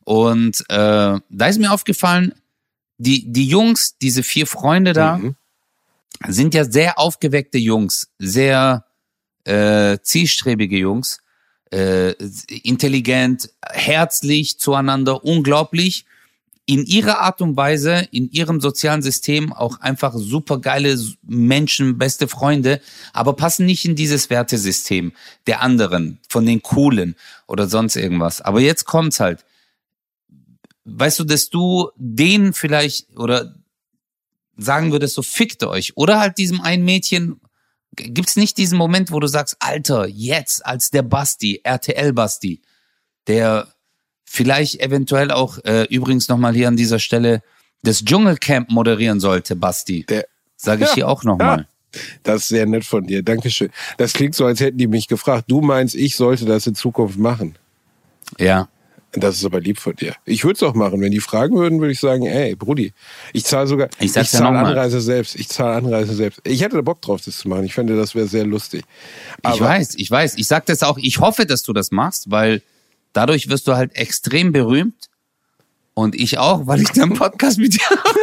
Und äh, da ist mir aufgefallen, die, die Jungs, diese vier Freunde da, mhm. sind ja sehr aufgeweckte Jungs, sehr äh, zielstrebige Jungs, äh, intelligent, herzlich zueinander, unglaublich. In ihrer Art und Weise, in ihrem sozialen System auch einfach super geile Menschen, beste Freunde, aber passen nicht in dieses Wertesystem der anderen, von den Coolen oder sonst irgendwas. Aber jetzt kommt's halt. Weißt du, dass du denen vielleicht oder sagen würdest, so fickt euch. Oder halt diesem einen Mädchen, gibt's nicht diesen Moment, wo du sagst, Alter, jetzt als der Basti, R T L-Basti, der vielleicht eventuell auch, äh, übrigens nochmal hier an dieser Stelle, das Dschungelcamp moderieren sollte, Basti. Sage ich ja, hier auch nochmal. Ja. Das ist sehr nett von dir, Dankeschön. Das klingt so, als hätten die mich gefragt. Du meinst, ich sollte das in Zukunft machen? Ja. Das ist aber lieb von dir. Ich würde es auch machen. Wenn die fragen würden, würde ich sagen, ey, Brudi, ich zahle sogar, ich, ich zahle ja Anreise selbst. Ich zahle Anreise selbst. Ich hätte Bock drauf, das zu machen. Ich fände, das wäre sehr lustig. Aber ich weiß, ich weiß. Ich sag das auch. Ich hoffe, dass du das machst, weil dadurch wirst du halt extrem berühmt. Und ich auch, weil ich da einen Podcast mit dir habe.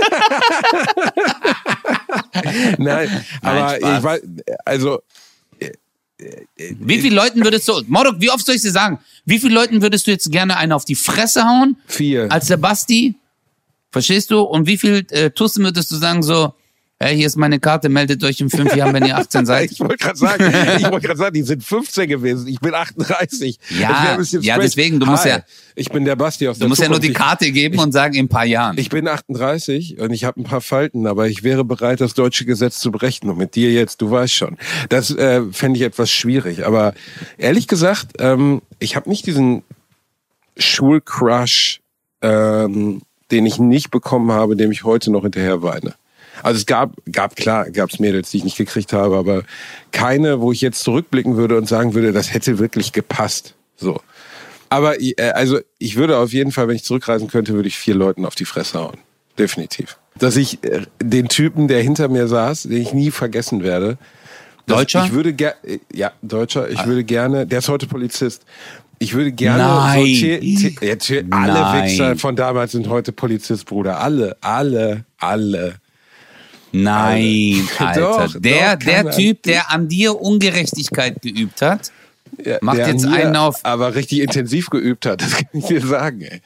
Nein, aber Nein, ich weiß, also... Wie viele Leuten würdest du, Mordok, wie oft soll ich dir sagen, wie viele Leuten würdest du jetzt gerne einen auf die Fresse hauen? Vier. Als der Basti? Verstehst du? Und wie viel äh, Tussen würdest du sagen so, hey, hier ist meine Karte, meldet euch in fünf Jahren, wenn ihr achtzehn seid? Ich wollte gerade sagen, ich wollte gerade sagen, die sind fünfzehn gewesen, ich bin achtunddreißig. Ja, ja, deswegen, du musst Hi, ja, ich bin der Basti aus du der musst Zukunft. ja nur die Karte geben ich, und sagen, in ein paar Jahren. Ich bin achtunddreißig und ich habe ein paar Falten, aber ich wäre bereit, das deutsche Gesetz zu brechen. Und mit dir jetzt, du weißt schon. Das äh, fände ich etwas schwierig. Aber ehrlich gesagt, ähm, ich habe nicht diesen Schulcrush, ähm, den ich nicht bekommen habe, dem ich heute noch hinterher weine. Also es gab, gab klar, gab es Mädels, die ich nicht gekriegt habe, aber keine, wo ich jetzt zurückblicken würde und sagen würde, das hätte wirklich gepasst. So. Aber äh, also ich würde auf jeden Fall, wenn ich zurückreisen könnte, würde ich vier Leuten auf die Fresse hauen. Definitiv. Dass ich äh, den Typen, der hinter mir saß, den ich nie vergessen werde. Deutscher? Ich würde gerne, ja, Deutscher, ich ah. würde gerne, der ist heute Polizist. Ich würde gerne Nein. so te- te- ja, te- alle Nein. Wichser von damals sind heute Polizist, Bruder. Alle, alle, alle. Nein, Alter. Doch, der doch, der Typ, der an dir Ungerechtigkeit geübt hat, ja, macht jetzt einen auf... Aber richtig intensiv geübt hat, das kann ich dir sagen, ey.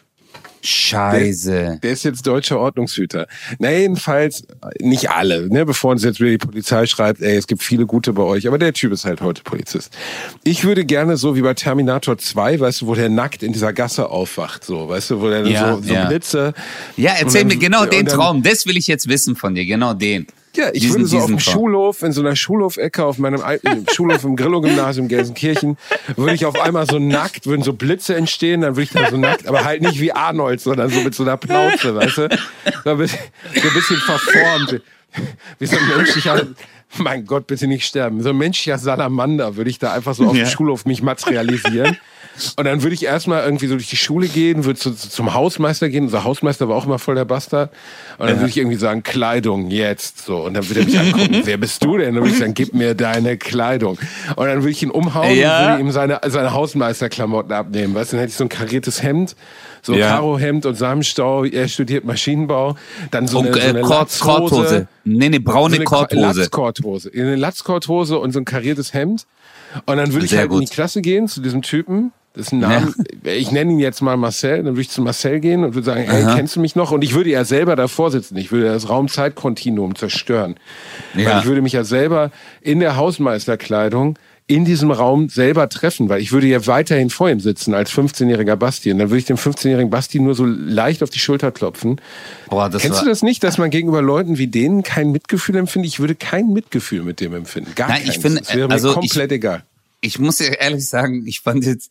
Scheiße. Der, der ist jetzt deutscher Ordnungshüter. Na, jedenfalls, nicht alle, ne, bevor uns jetzt wieder die Polizei schreibt, ey, es gibt viele gute bei euch, aber der Typ ist halt heute Polizist. Ich würde gerne so wie bei Terminator zwei, weißt du, wo der nackt in dieser Gasse aufwacht, so, weißt du, wo der ja, so, so ja. Blitze. Ja, erzähl dann, mir genau den dann, Traum, das will ich jetzt wissen von dir, genau den. Ja, ich diesen, würde so auf dem Traum. Schulhof, in so einer Schulhofecke, auf meinem alten Schulhof im Grillo-Gymnasium Gelsenkirchen, würde ich auf einmal so nackt, würden so Blitze entstehen, dann würde ich da so nackt, aber halt nicht wie Arnold, sondern so mit so einer Plauze, weißt du? So ein bisschen, so ein bisschen verformt. Wie so ein menschlicher, mein Gott, bitte nicht sterben, so ein menschlicher Salamander würde ich da einfach so auf ja. dem Schulhof mich materialisieren. Und dann würde ich erstmal irgendwie so durch die Schule gehen, würde zu, zu, zum Hausmeister gehen. Unser Hausmeister war auch immer voll der Bastard. Und dann ja. würde ich irgendwie sagen, Kleidung, jetzt. So. Und dann würde er mich angucken, wer bist du denn? Und dann würde ich sagen, gib mir deine Kleidung. Und dann würde ich ihn umhauen ja. und würde ihm seine, seine Hausmeisterklamotten abnehmen. Weißt du, dann hätte ich so ein kariertes Hemd, so ein ja. Karohemd und Samenstau. Er studiert Maschinenbau. Dann so eine, und, so eine äh, Kord, Kordhose. Nee, nee, braune so eine Kordhose. Latzkordhose. Eine Latzkordhose und so ein kariertes Hemd. Und dann würde ich Sehr halt gut. in die Klasse gehen zu diesem Typen. Das ist ein Name, ja. ich nenne ihn jetzt mal Marcel, dann würde ich zu Marcel gehen und würde sagen, ey, Aha. kennst du mich noch? Und ich würde ja selber davor sitzen, ich würde das Raum-Zeit-Kontinuum zerstören. Ja. Weil ich würde mich ja selber in der Hausmeisterkleidung in diesem Raum selber treffen, weil ich würde ja weiterhin vor ihm sitzen als fünfzehnjähriger Basti. Und dann würde ich dem fünfzehnjährigen Basti nur so leicht auf die Schulter klopfen. Boah, das Kennst war... du das nicht, dass man gegenüber Leuten wie denen kein Mitgefühl empfindet? Ich würde kein Mitgefühl mit dem empfinden. Gar Nein, keins. Ich finde, das wäre also mir komplett ich, egal. Ich muss dir ehrlich sagen, ich fand jetzt...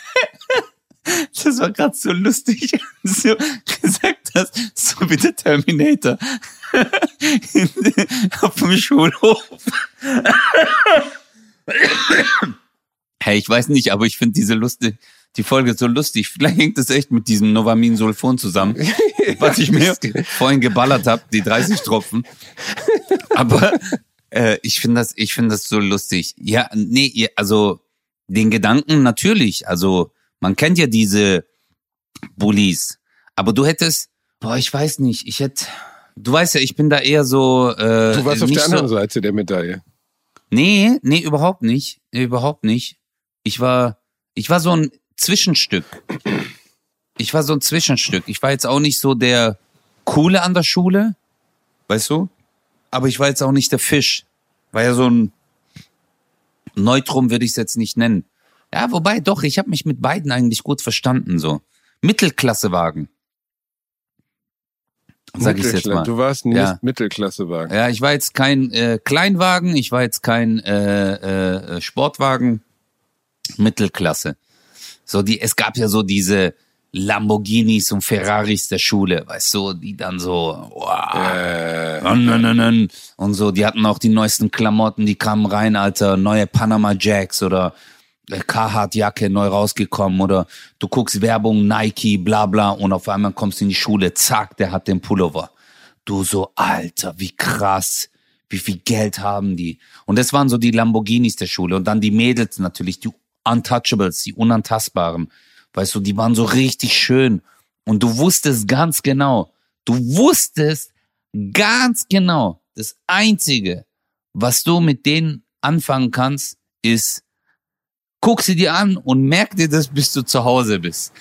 Das war gerade so lustig, als du gesagt hast, so wie der Terminator auf dem Schulhof. Hey, ich weiß nicht, aber ich finde diese lustig, die Folge so lustig. Vielleicht hängt das echt mit diesem Novamin-Sulfon zusammen, was ich mir vorhin geballert habe, die dreißig Tropfen. Aber äh, ich finde das, ich finde das so lustig. Ja, nee, also den Gedanken natürlich. Also man kennt ja diese Bullies. Aber du hättest, boah, ich weiß nicht, ich hätte, du weißt ja, ich bin da eher so, äh, Du warst auf nicht der anderen so, Seite der Medaille. Nee, nee, überhaupt nicht. Nee, überhaupt nicht. Ich war, ich war so ein Zwischenstück. Ich war so ein Zwischenstück. Ich war jetzt auch nicht so der Coole an der Schule, weißt du? Aber ich war jetzt auch nicht der Fisch. War ja so ein Neutrum, würde ich es jetzt nicht nennen. Ja, wobei doch, ich habe mich mit beiden eigentlich gut verstanden, so. Mittelklassewagen. Sag ich jetzt mal. Du warst nicht ja. Mittelklassewagen. Ja, ich war jetzt kein äh, Kleinwagen, ich war jetzt kein äh, äh, Sportwagen, Mittelklasse. So die, es gab ja so diese Lamborghinis und Ferraris der Schule, weißt du, die dann so, wow, Äh. und so, die hatten auch die neuesten Klamotten, die kamen rein, Alter, neue Panama Jacks oder Carhartt-Jacke neu rausgekommen oder du guckst Werbung, Nike, bla bla und auf einmal kommst du in die Schule, zack, der hat den Pullover. Du so, Alter, wie krass, wie viel Geld haben die? Und das waren so die Lamborghinis der Schule und dann die Mädels natürlich, die Untouchables, die Unantastbaren, weißt du, die waren so richtig schön und du wusstest ganz genau, du wusstest ganz genau, das Einzige, was du mit denen anfangen kannst, ist guck sie dir an und merk dir das, bis du zu Hause bist.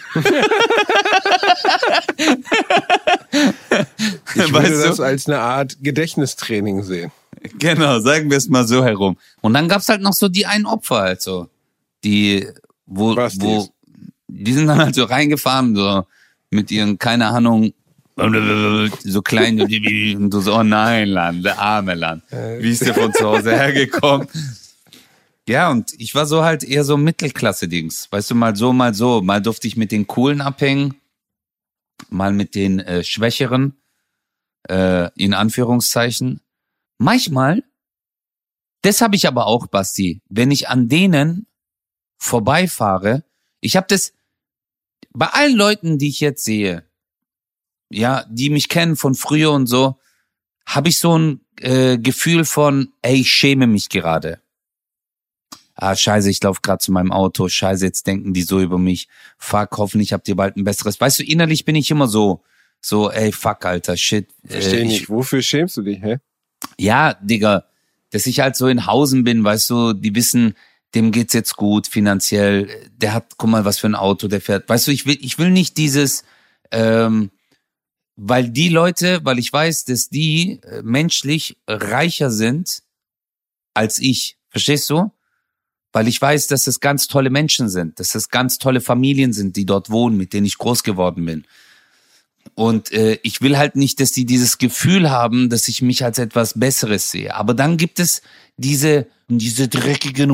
Ich würde weißt das du? als eine Art Gedächtnistraining sehen. Genau, sagen wir es mal so herum. Und dann gab's halt noch so die einen Opfer halt so. Die, wo, Was wo, dies? die sind dann halt so reingefahren, so mit ihren, keine Ahnung, so klein und du so, oh nein, Land, der arme Land. Wie ist der von zu Hause hergekommen? Ja, und ich war so halt eher so Mittelklasse-Dings. Weißt du, mal so, mal so. Mal durfte ich mit den Coolen abhängen, mal mit den äh, Schwächeren, äh, in Anführungszeichen. Manchmal, das habe ich aber auch, Basti, wenn ich an denen vorbeifahre, ich habe das bei allen Leuten, die ich jetzt sehe, ja, die mich kennen von früher und so, habe ich so ein äh, Gefühl von, ey, ich schäme mich gerade. Ah, scheiße, ich laufe gerade zu meinem Auto, scheiße, jetzt denken die so über mich, fuck, hoffentlich habt ihr bald ein besseres. Weißt du, innerlich bin ich immer so, so, ey, fuck, Alter, shit. Verstehe äh, nicht, ich, wofür schämst du dich, hä? Ja, Digga, dass ich halt so in Hausen bin, weißt du, die wissen, dem geht's jetzt gut finanziell, der hat, guck mal, was für ein Auto der fährt. Weißt du, ich will, ich will nicht dieses, ähm, weil die Leute, weil ich weiß, dass die äh, menschlich reicher sind als ich, verstehst du? Weil ich weiß, dass es ganz tolle Menschen sind, dass es ganz tolle Familien sind, die dort wohnen, mit denen ich groß geworden bin. Und äh, ich will halt nicht, dass die dieses Gefühl haben, dass ich mich als etwas Besseres sehe. Aber dann gibt es diese diese dreckigen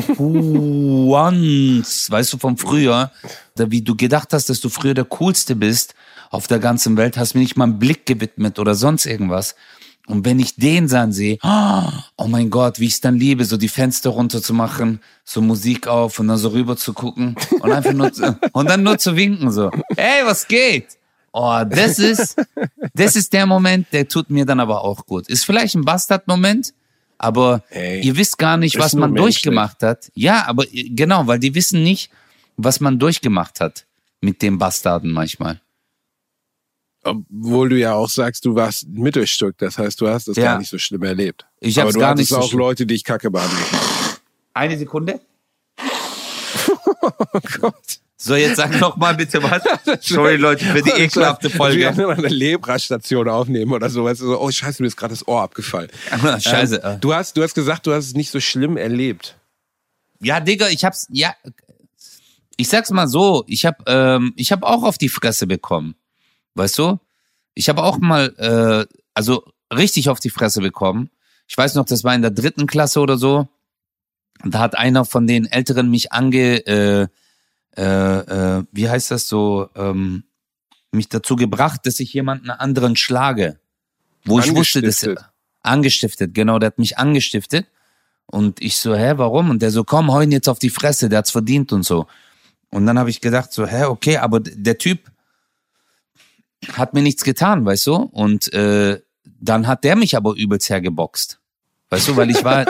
Ones, weißt du, vom früher, da wie du gedacht hast, dass du früher der Coolste bist auf der ganzen Welt, hast mir nicht mal einen Blick gewidmet oder sonst irgendwas. Und wenn ich den dann sehe, oh mein Gott, wie ich es dann liebe, so die Fenster runter zu machen, so Musik auf und dann so rüber zu gucken und einfach nur zu, und dann nur zu winken so, hey, was geht? Oh, das ist, das ist der Moment, der tut mir dann aber auch gut. Ist vielleicht ein Bastard-Moment, aber hey, ihr wisst gar nicht, was man menschlich durchgemacht hat. Ja, aber genau, weil die wissen nicht, was man durchgemacht hat mit dem Bastarden manchmal. Obwohl du ja auch sagst, du warst ein Mittelstück, das heißt, du hast es ja gar nicht so schlimm erlebt. Ich hab's aber du gar hattest nicht so auch schlimm. Leute, die dich kacke behandelt haben. Eine Sekunde. Oh Gott. So, jetzt sag noch mal bitte was. Sorry, Leute, für die ekelhafte Folge. Wir werden eine Lebrastation aufnehmen oder so. Weißt du, so, oh scheiße, mir ist gerade das Ohr abgefallen. Scheiße. Ähm, du hast, du hast gesagt, du hast es nicht so schlimm erlebt. Ja, Digga, ich hab's, ja, ich sag's mal so, ich hab, ähm, ich hab auch auf die Fresse bekommen. Weißt du? Ich habe auch mal, äh, also richtig auf die Fresse bekommen. Ich weiß noch, das war in der dritten Klasse oder so. Und da hat einer von den Älteren mich ange, äh, äh, äh, wie heißt das so, ähm, mich dazu gebracht, dass ich jemanden anderen schlage. Wo ich wusste, dass angestiftet, genau, der hat mich angestiftet. Und ich so, hä, warum? Und der so, komm, hau ihn jetzt auf die Fresse, der hat's verdient und so. Und dann habe ich gedacht so, hä, okay, aber der Typ hat mir nichts getan, weißt du? Und äh, dann hat der mich aber übelst hergeboxt. Weißt du, weil ich war,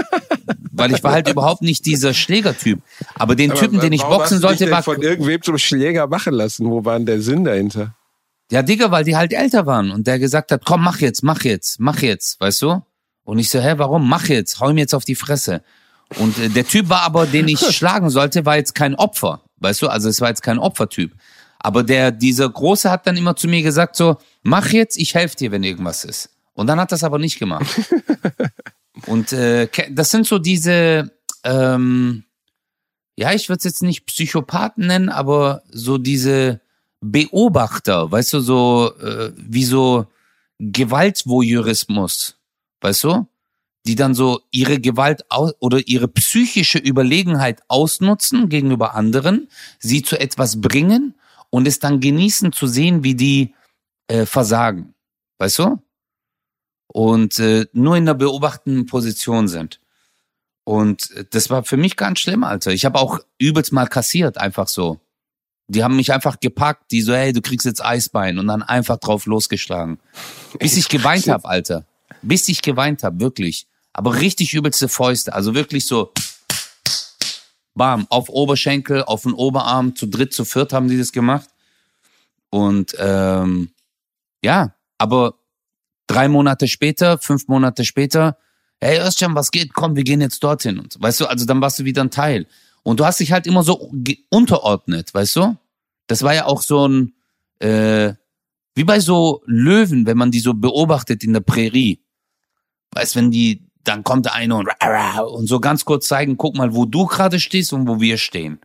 weil ich war halt überhaupt nicht dieser Schlägertyp. Aber den Aber Typen, den ich warum boxen hast du dich sollte, denn war... von irgendwem zum Schläger machen lassen? Wo war denn der Sinn dahinter? Ja, Digga, weil die halt älter waren und der gesagt hat, komm, mach jetzt, mach jetzt, mach jetzt, weißt du? Und ich so, hä, warum? Mach jetzt, hau ihm jetzt auf die Fresse. Und äh, der Typ war aber, den ich schlagen sollte, war jetzt kein Opfer, weißt du? Also es war jetzt kein Opfertyp. Aber der, dieser Große hat dann immer zu mir gesagt so, mach jetzt, ich helfe dir, wenn irgendwas ist. Und dann hat das aber nicht gemacht. Und äh, das sind so diese, ähm, ja, ich würde es jetzt nicht Psychopathen nennen, aber so diese Beobachter, weißt du, so äh, wie so Gewaltvoyeurismus, weißt du? Die dann so ihre Gewalt aus oder ihre psychische Überlegenheit ausnutzen gegenüber anderen, sie zu etwas bringen und es dann genießen zu sehen, wie die äh, versagen, weißt du? Und äh, nur in einer beobachtenden Position sind. Und äh, das war für mich ganz schlimm, Alter. Ich habe auch übelst mal kassiert, einfach so. Die haben mich einfach gepackt, die so, hey, du kriegst jetzt Eisbein und dann einfach drauf losgeschlagen. Bis ich geweint hab, Alter. Bis ich geweint hab, wirklich. Aber richtig übelste Fäuste, also wirklich so, bam, auf Oberschenkel, auf den Oberarm, zu dritt, zu viert haben die das gemacht. Und ähm, ja, aber drei Monate später, fünf Monate später, hey Özcan, was geht? Komm, wir gehen jetzt dorthin. Und so. Weißt du, also dann warst du wieder ein Teil. Und du hast dich halt immer so unterordnet, weißt du? Das war ja auch so ein, äh, wie bei so Löwen, wenn man die so beobachtet in der Prärie. Weißt, wenn die, dann kommt der eine und, und so ganz kurz zeigen, guck mal, wo du gerade stehst und wo wir stehen.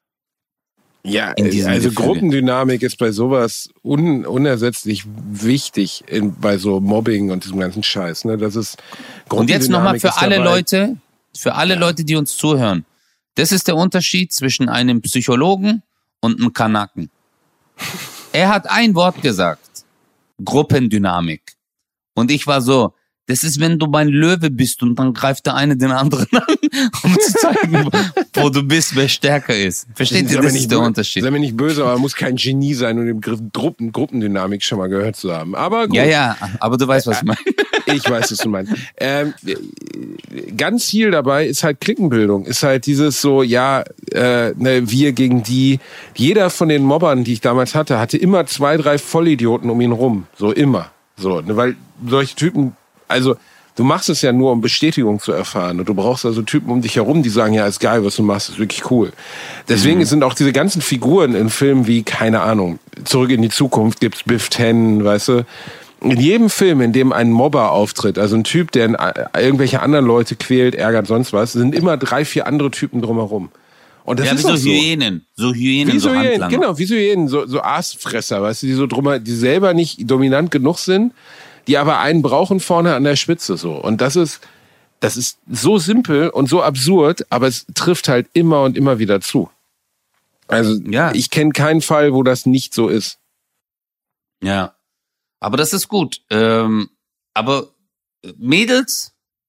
Ja, also Gefüge. Gruppendynamik ist bei sowas un, unersetzlich wichtig in, bei so Mobbing und diesem ganzen Scheiß. Ne? Das ist und jetzt nochmal für alle dabei. Leute, für alle ja. Leute, die uns zuhören. Das ist der Unterschied zwischen einem Psychologen und einem Kanaken. Er hat ein Wort gesagt. Gruppendynamik. Und ich war so, das ist, wenn du mein Löwe bist und dann greift der eine den anderen an, um zu zeigen, wo du bist, wer stärker ist. Versteht ihr, das ist der Unterschied. Sei mir nicht böse, aber man muss kein Genie sein, um den Begriff Gruppen, Gruppendynamik schon mal gehört zu haben. Aber gut. Ja, ja, aber du weißt, was ich meine. Ich weiß, was du meinst. Ähm, ganz viel dabei ist halt Klickenbildung. Ist halt dieses so, ja, äh, ne, wir gegen die. Jeder von den Mobbern, die ich damals hatte, hatte immer zwei, drei Vollidioten um ihn rum. So immer. So, ne, weil solche Typen, also du machst es ja nur, um Bestätigung zu erfahren. Und du brauchst also Typen um dich herum, die sagen, ja, ist geil, was du machst, ist wirklich cool. Deswegen mhm. sind auch diese ganzen Figuren in Filmen wie, keine Ahnung, Zurück in die Zukunft gibt's Biff Tannen, weißt du. In jedem Film, in dem ein Mobber auftritt, also ein Typ, der irgendwelche anderen Leute quält, ärgert, sonst was, sind immer drei, vier andere Typen drumherum. Und das ja, ist wie so, so Hyänen. So Hyänen, wie so Hyänen, Handlanger. Genau, wie so Hyänen, so, so Aasfresser, weißt du, die so drüber, die selber nicht dominant genug sind, die aber einen brauchen vorne an der Spitze, so. Und das ist, das ist so simpel und so absurd, aber es trifft halt immer und immer wieder zu. Also, ja. Ich kenne keinen Fall, wo das nicht so ist. Ja. Aber das ist gut. Ähm, aber Mädels,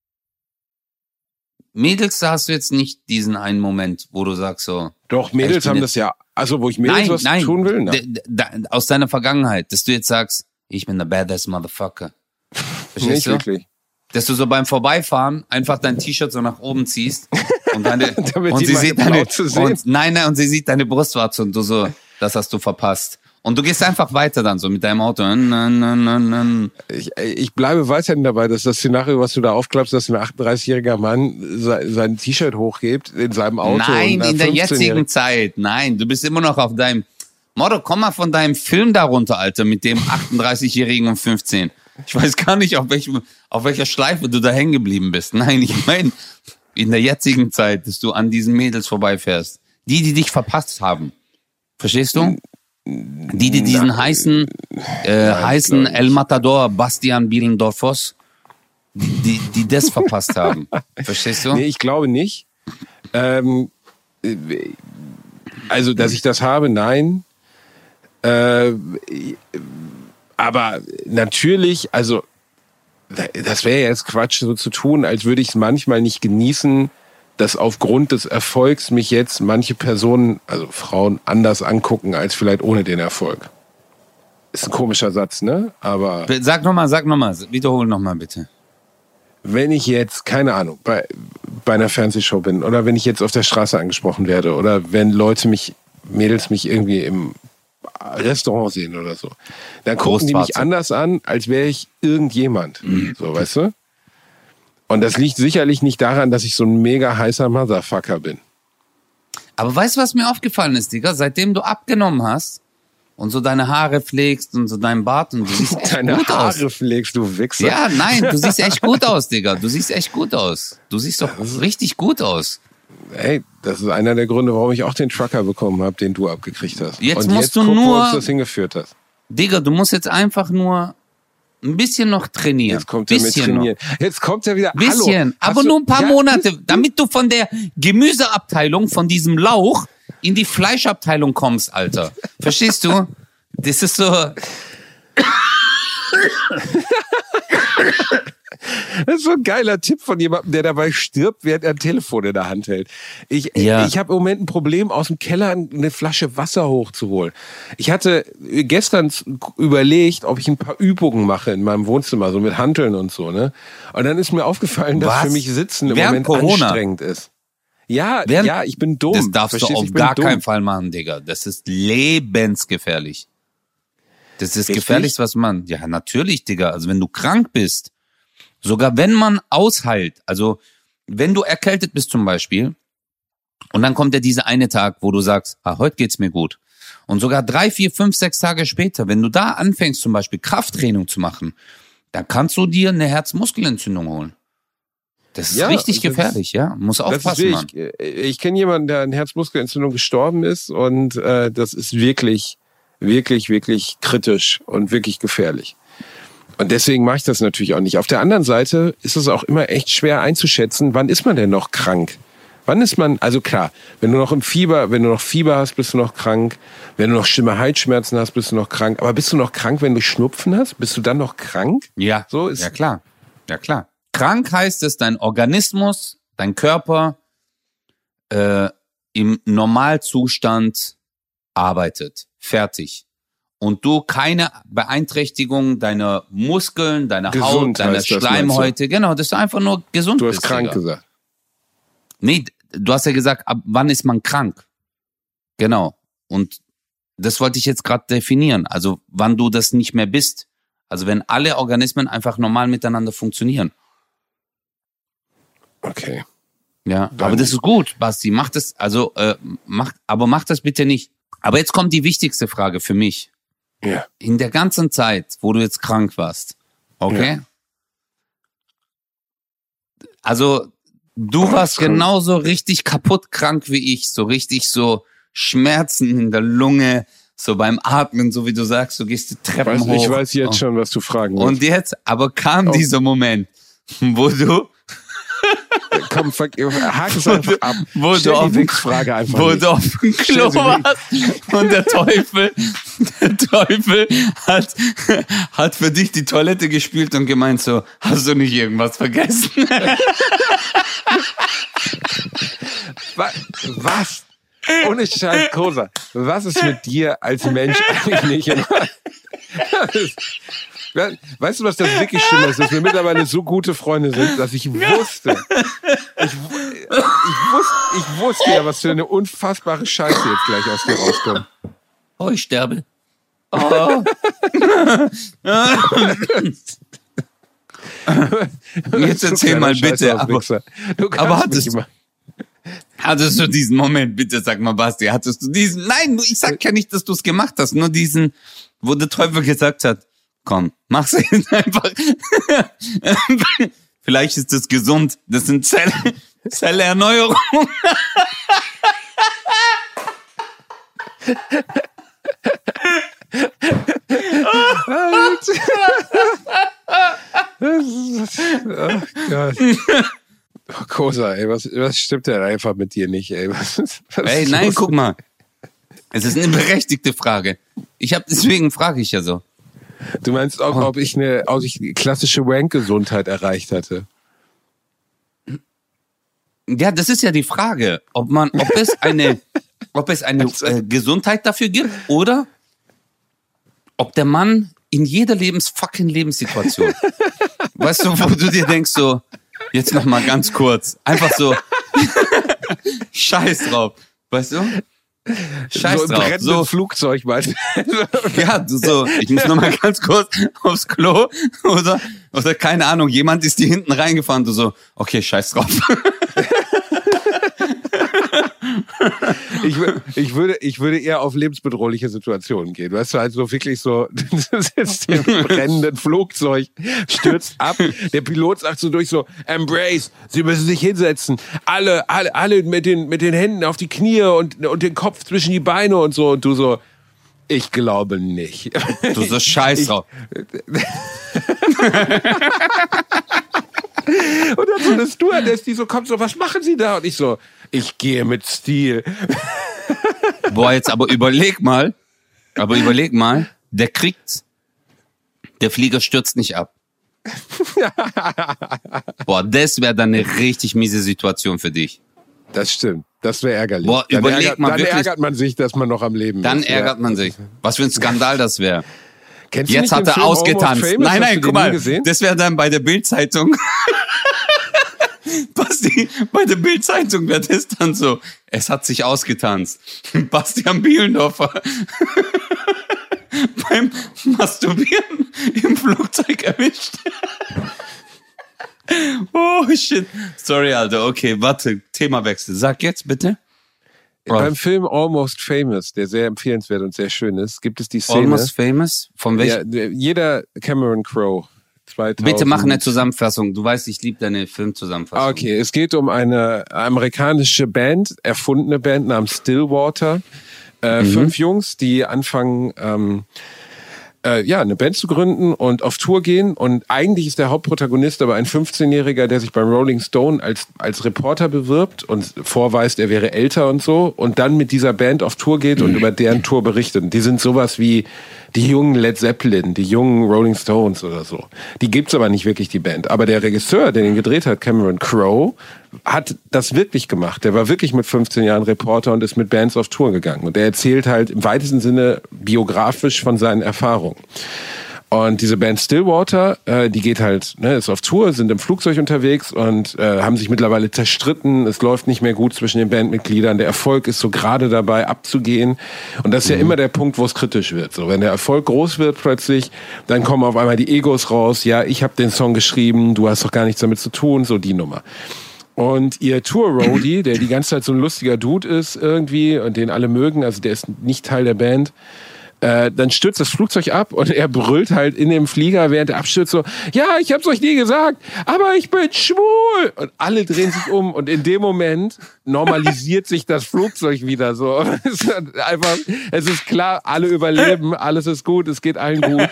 Mädels, da hast du jetzt nicht diesen einen Moment, wo du sagst so. Doch, Mädels haben das ja, also wo ich Mädels nein, was nein, tun will. Ne? D- d- aus deiner Vergangenheit, dass du jetzt sagst, ich bin der badass Motherfucker. Verstehst nicht du? Wirklich. Dass du so beim Vorbeifahren einfach dein T-Shirt so nach oben ziehst und deine, Damit und sie sie sieht deine, sehen. und, nein, nein, und sie sieht deine Brustwarze und du so, das hast du verpasst. Und du gehst einfach weiter dann so mit deinem Auto. Ich, ich bleibe weiterhin dabei, dass das Szenario, was du da aufklappst, dass ein achtunddreißigjähriger Mann sein T-Shirt hochhebt in seinem Auto. Nein, in der jetzigen Zeit. Nein, du bist immer noch auf deinem Motto, komm mal von deinem Film da runter, Alter, mit dem achtunddreißigjährigen und fünfzehn. Ich weiß gar nicht, auf, welchem, auf welcher Schleife du da hängen geblieben bist. Nein, ich meine, in der jetzigen Zeit, dass du an diesen Mädels vorbeifährst. Die, die dich verpasst haben. Verstehst du? Die, die diesen Nein. heißen, äh, Nein, heißen El Matador Bastian Bielendorfos, die, die das verpasst haben. Verstehst du? Nee, ich glaube nicht. Ähm, also, dass ich das habe, nein. Äh, aber natürlich, also, das wäre jetzt Quatsch, so zu tun, als würde ich es manchmal nicht genießen, dass aufgrund des Erfolgs mich jetzt manche Personen, also Frauen, anders angucken als vielleicht ohne den Erfolg. Ist ein komischer Satz, ne? Aber sag nochmal, sag nochmal, wiederhol nochmal bitte. wenn ich jetzt, keine Ahnung, bei, bei einer Fernsehshow bin oder wenn ich jetzt auf der Straße angesprochen werde oder wenn Leute mich, Mädels mich irgendwie im Restaurant sehen oder so, dann gucken die mich anders an, als wäre ich irgendjemand. Mhm. So, weißt du? Und das liegt sicherlich nicht daran, dass ich so ein mega heißer Motherfucker bin. Aber weißt du, was mir aufgefallen ist, Digga? Seitdem du abgenommen hast und so deine Haare pflegst und so deinen Bart und du siehst echt deine gut aus. Deine Haare pflegst, du Wichser. Ja, nein, du siehst echt gut aus, Digga. Du siehst echt gut aus. Du siehst doch richtig gut aus. Ey, das ist einer der Gründe, warum ich auch den Trucker bekommen habe, den du abgekriegt hast. Jetzt und musst jetzt du guck, nur, wo uns das hingeführt hat. Digga, du musst jetzt einfach nur ein bisschen noch trainieren. Jetzt kommt er mit trainieren. Noch. Jetzt kommt er wieder. Bisschen, Hallo, aber du, nur ein paar ja, Monate, damit du von der Gemüseabteilung, von diesem Lauch in die Fleischabteilung kommst, Alter. Verstehst du? Das ist so. Das ist so ein geiler Tipp von jemandem, der dabei stirbt, während er ein Telefon in der Hand hält. Ich, ja. ich habe im Moment ein Problem, aus dem Keller eine Flasche Wasser hochzuholen. Ich hatte gestern überlegt, ob ich ein paar Übungen mache in meinem Wohnzimmer, so mit Hanteln und so, ne? Und dann ist mir aufgefallen, dass Was? für mich Sitzen im während Moment Corona? anstrengend ist. Ja, während, ja, ich bin dumm. Das darfst Verstehst? du auf gar dumm. keinen Fall machen, Digga. Das ist lebensgefährlich. Das ist das Gefährlichste, was man... Ja, natürlich, Digga. Also wenn du krank bist, sogar wenn man ausheilt, also wenn du erkältet bist zum Beispiel, und dann kommt ja dieser eine Tag, wo du sagst, ah, heute geht's mir gut. Und sogar drei, vier, fünf, sechs Tage später, wenn du da anfängst zum Beispiel Krafttraining zu machen, dann kannst du dir eine Herzmuskelentzündung holen. Das ist ja, richtig gefährlich, ist, ja. Muss aufpassen, Mann. Ich, ich kenne jemanden, der an Herzmuskelentzündung gestorben ist und äh, das ist wirklich, wirklich, wirklich kritisch und wirklich gefährlich. Und deswegen mache ich das natürlich auch nicht. Auf der anderen Seite ist es auch immer echt schwer einzuschätzen, wann ist man denn noch krank? Wann ist man, also klar, wenn du noch im Fieber, wenn du noch Fieber hast, bist du noch krank. Wenn du noch schlimme Halsschmerzen hast, bist du noch krank. Aber bist du noch krank, wenn du Schnupfen hast? Bist du dann noch krank? Ja, so ist ja klar. Ja klar. Krank heißt es, dein Organismus, dein Körper äh, im Normalzustand arbeitet. Fertig. Und du keine Beeinträchtigung deiner Muskeln, deiner Gesund Haut, deiner Schleimhäute. Genau, dass du einfach nur gesund bist. Du hast bist, krank Digga. gesagt. Nee, du hast ja gesagt, ab wann ist man krank? Genau. Und das wollte ich jetzt gerade definieren. Also wann du das nicht mehr bist. Also wenn alle Organismen einfach normal miteinander funktionieren. Okay. Ja, Dann aber das ist gut, Basti. Mach das, also äh, mach, aber mach das bitte nicht. Aber jetzt kommt die wichtigste Frage für mich. Ja. In der ganzen Zeit, wo du jetzt krank warst, okay? Ja. Also du warst genauso richtig kaputt krank wie ich, so richtig so Schmerzen in der Lunge, so beim Atmen, so wie du sagst, du gehst die Treppen weiß, hoch. Ich weiß jetzt schon, was du fragen willst. Und jetzt, aber kam oh. dieser Moment, wo du Komm, hak es einfach ab. Wo Stell du die Wix-Frage einfach Wo nicht. du auf dem Klo warst und der Teufel, der Teufel hat, hat für dich die Toilette gespielt und gemeint so, hast du nicht irgendwas vergessen? Was? Ohne Scheiß, Kosa. Was ist mit dir als Mensch eigentlich nicht in Weißt du, was das wirklich Schlimme ist? Dass wir mittlerweile so gute Freunde sind, dass ich wusste, ich, ich, wusste, ich wusste ja, was für eine unfassbare Scheiße jetzt gleich aus dir rauskommt. Oh, ich sterbe. Oh. Jetzt erzähl mal bitte, aber, aber hattest, hattest du diesen Moment, bitte sag mal, Basti, hattest du diesen, nein, ich sag ja nicht, dass du es gemacht hast, nur diesen, wo der Teufel gesagt hat, komm, mach's jetzt einfach. Vielleicht ist das gesund. Das sind Zell Zellerneuerungen. Oh Gott. Oh, Kosa, ey, was, was stimmt denn einfach mit dir nicht, ey? Was, was ey, nein, guck mal. Es ist eine berechtigte Frage. Ich hab, deswegen frage ich ja so. Du meinst, ob, ob ich eine, ob ich klassische Wank-Gesundheit erreicht hatte? Ja, das ist ja die Frage, ob man, ob es eine, ob es eine äh, Gesundheit dafür gibt oder ob der Mann in jeder Lebens fucking Lebenssituation Weißt du, wo du dir denkst so, jetzt noch mal ganz kurz, einfach so, scheiß drauf, weißt du? Scheiß so drauf. Ein So Flugzeug, meinst du? Ja, so, ich muss noch mal ganz kurz aufs Klo oder, oder keine Ahnung, jemand ist die hinten reingefahren, du so, okay, scheiß drauf. Ich, ich, würde, ich würde eher auf lebensbedrohliche Situationen gehen. Weißt du, also wirklich so, du sitzt im brennenden Flugzeug, stürzt ab, der Pilot sagt so durch so, embrace, Sie müssen sich hinsetzen, alle, alle, alle mit den, mit den Händen auf die Knie und, und den Kopf zwischen die Beine und so, und du so, ich glaube nicht. Du so, scheiß drauf. Und dann so eine Stewardess, die so kommt, so, was machen Sie da? Und ich so, ich gehe mit Stil. Boah, jetzt aber überleg mal, aber überleg mal, der kriegt's, der Flieger stürzt nicht ab. Boah, das wäre dann eine richtig miese Situation für dich. Das stimmt, das wäre ärgerlich. Boah, dann überleg ärgert, mal dann wirklich, ärgert man sich, dass man noch am Leben dann ist. Dann ärgert ja. man sich. Was für ein Skandal das wäre. Kennst du Jetzt nicht hat den er Film ausgetanzt. Almost Famous? Nein, Hast nein, du guck den nie mal, gesehen? das wäre dann bei der Bild-Zeitung. Basti, bei der Bild-Zeitung wäre das dann so, es hat sich ausgetanzt. Bastian Bielendorfer beim Masturbieren im Flugzeug erwischt. Oh shit. Sorry, Alter. Okay, warte, Themawechsel. Sag jetzt bitte. Bro. Beim Film Almost Famous, der sehr empfehlenswert und sehr schön ist, gibt es die Szene. Almost Famous? Von welchem? Ja, jeder Cameron Crowe. zweitausend Bitte mach eine Zusammenfassung. Du weißt, ich liebe deine Filmzusammenfassung. Okay, es geht um eine amerikanische Band, erfundene Band namens Stillwater. Äh, mhm. Fünf Jungs, die anfangen, ähm, äh, ja, eine Band zu gründen und auf Tour gehen. Und eigentlich ist der Hauptprotagonist aber ein fünfzehnjähriger, der sich beim Rolling Stone als, als Reporter bewirbt und vorweist, er wäre älter und so. Und dann mit dieser Band auf Tour geht und mhm. über deren Tour berichtet. Und die sind sowas wie die jungen Led Zeppelin, die jungen Rolling Stones oder so. Die gibt's aber nicht wirklich, die Band. Aber der Regisseur, der den gedreht hat, Cameron Crowe, hat das wirklich gemacht. Der war wirklich mit fünfzehn Jahren Reporter und ist mit Bands auf Tour gegangen. Und er erzählt halt im weitesten Sinne biografisch von seinen Erfahrungen. Und diese Band Stillwater, äh, die geht halt, ne, ist auf Tour, sind im Flugzeug unterwegs und äh, haben sich mittlerweile zerstritten. Es läuft nicht mehr gut zwischen den Bandmitgliedern. Der Erfolg ist so gerade dabei abzugehen. Und das ist ja immer der Punkt, wo es kritisch wird. So, wenn der Erfolg groß wird plötzlich, dann kommen auf einmal die Egos raus. Ja, ich habe den Song geschrieben, du hast doch gar nichts damit zu tun. So die Nummer. Und ihr Tour-Roadie, der die ganze Zeit so ein lustiger Dude ist irgendwie und den alle mögen, also der ist nicht Teil der Band, Äh, dann stürzt das Flugzeug ab und er brüllt halt in dem Flieger, während er abstürzt, so, ja, ich hab's euch nie gesagt, aber ich bin schwul. Und alle drehen sich um und in dem Moment normalisiert sich das Flugzeug wieder so. Es ist einfach, es ist klar, alle überleben, alles ist gut, es geht allen gut.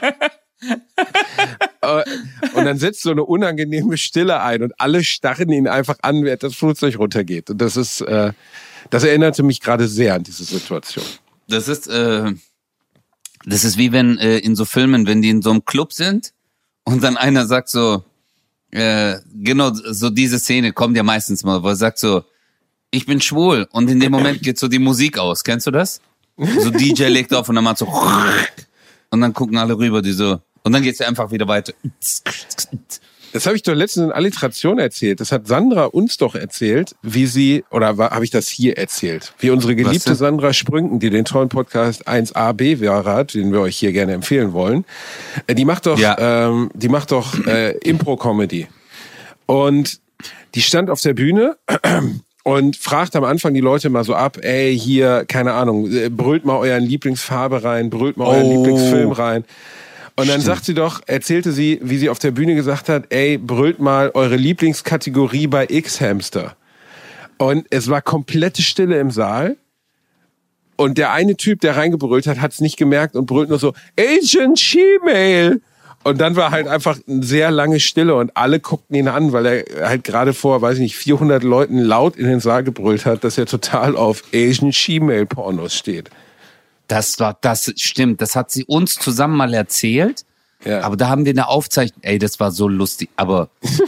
Und dann setzt so eine unangenehme Stille ein und alle starren ihn einfach an, während das Flugzeug runtergeht. Und das ist, äh, das erinnerte mich gerade sehr an diese Situation. Das ist, äh Das ist wie wenn äh, in so Filmen, wenn die in so einem Club sind und dann einer sagt so, äh, genau so diese Szene kommt ja meistens mal, wo er sagt so, ich bin schwul und in dem Moment geht so die Musik aus. Kennst du das? So D J legt auf und dann macht so und dann gucken alle rüber, die so und dann geht's einfach wieder weiter. Das habe ich doch letztens in Alliteration erzählt. Das hat Sandra uns doch erzählt, wie sie, oder habe ich das hier erzählt? Wie unsere geliebte Sandra Sprünken, die den tollen Podcast eins a B hat, den wir euch hier gerne empfehlen wollen. Die macht doch, ja. ähm, die macht doch äh, Impro-Comedy. Und die stand auf der Bühne und fragt am Anfang die Leute mal so ab, ey, hier, keine Ahnung, brüllt mal euren Lieblingsfarbe rein, brüllt mal euren oh. Lieblingsfilm rein. Und dann Stimmt. sagt sie doch, erzählte sie, wie sie auf der Bühne gesagt hat, ey, brüllt mal eure Lieblingskategorie bei X-Hamster. Und es war komplette Stille im Saal. Und der eine Typ, der reingebrüllt hat, hat es nicht gemerkt und brüllt nur so, Agent Gmail. Und dann war halt einfach eine sehr lange Stille und alle guckten ihn an, weil er halt gerade vor, weiß ich nicht, vierhundert Leuten laut in den Saal gebrüllt hat, dass er total auf Agent Gmail Pornos steht. Das war, das stimmt, das hat sie uns zusammen mal erzählt, ja. Aber da haben wir eine Aufzeichnung, ey, das war so lustig, aber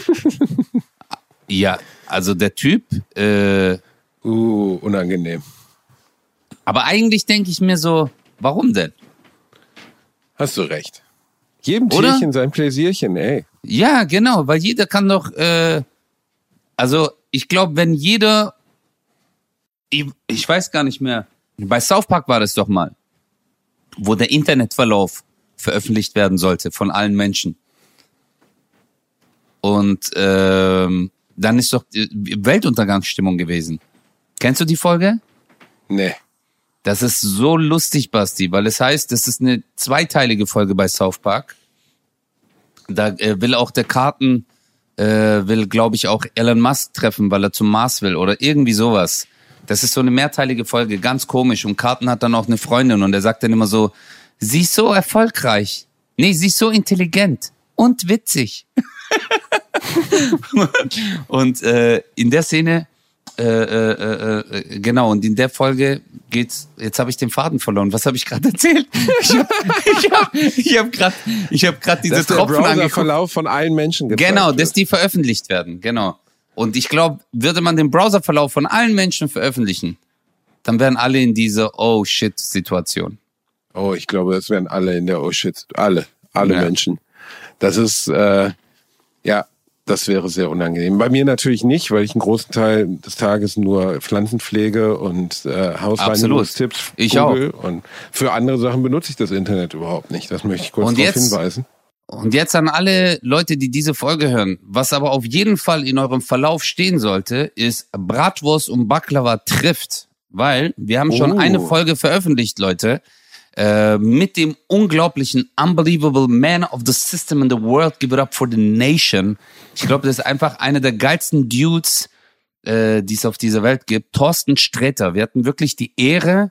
ja, also der Typ, äh, uh, unangenehm. Aber eigentlich denke ich mir so, warum denn? Hast du recht. Jedem Oder? Tierchen sein Pläsierchen, ey. Ja, genau, weil jeder kann doch, äh, also ich glaube, wenn jeder, ich, ich weiß gar nicht mehr, bei South Park war das doch mal, wo der Internetverlauf veröffentlicht werden sollte von allen Menschen. Und ähm, dann ist doch Weltuntergangsstimmung gewesen. Kennst du die Folge? Nee. Das ist so lustig, Basti, weil es heißt, das ist eine zweiteilige Folge bei South Park. Da äh, will auch der Carton, äh, will, glaube ich, auch Elon Musk treffen, weil er zum Mars will oder irgendwie sowas. Das ist so eine mehrteilige Folge, ganz komisch. Und Carton hat dann auch eine Freundin und er sagt dann immer so, sie ist so erfolgreich. Nee, sie ist so intelligent und witzig. Und äh, in der Szene, äh, äh, äh, genau, und in der Folge geht's, jetzt habe ich den Faden verloren. Was habe ich gerade erzählt? Ich habe ich hab, ich hab gerade ich hab grad diese das Tropfen angeguckt. Der Browserverlauf von allen Menschen gezeigt Genau, wird. dass die veröffentlicht werden, genau. Und ich glaube, würde man den Browserverlauf von allen Menschen veröffentlichen, dann wären alle in dieser Oh-Shit-Situation. Oh, ich glaube, das wären alle in der Oh-Shit. Alle, alle Ja. Menschen. Das ist, äh, ja, das wäre sehr unangenehm. Bei mir natürlich nicht, weil ich einen großen Teil des Tages nur Pflanzenpflege und äh, Hausreinigungstipps Ich google. Und für andere Sachen benutze ich das Internet überhaupt nicht. Das möchte ich kurz Und darauf jetzt- hinweisen. Und jetzt an alle Leute, die diese Folge hören, was aber auf jeden Fall in eurem Verlauf stehen sollte, ist Bratwurst und Baklava trifft. Weil wir haben schon Oh. eine Folge veröffentlicht, Leute, äh, mit dem unglaublichen Unbelievable Man of the System in the World, Give It Up for the Nation. Ich glaube, das ist einfach einer der geilsten Dudes, äh, die es auf dieser Welt gibt. Thorsten Sträter. Wir hatten wirklich die Ehre,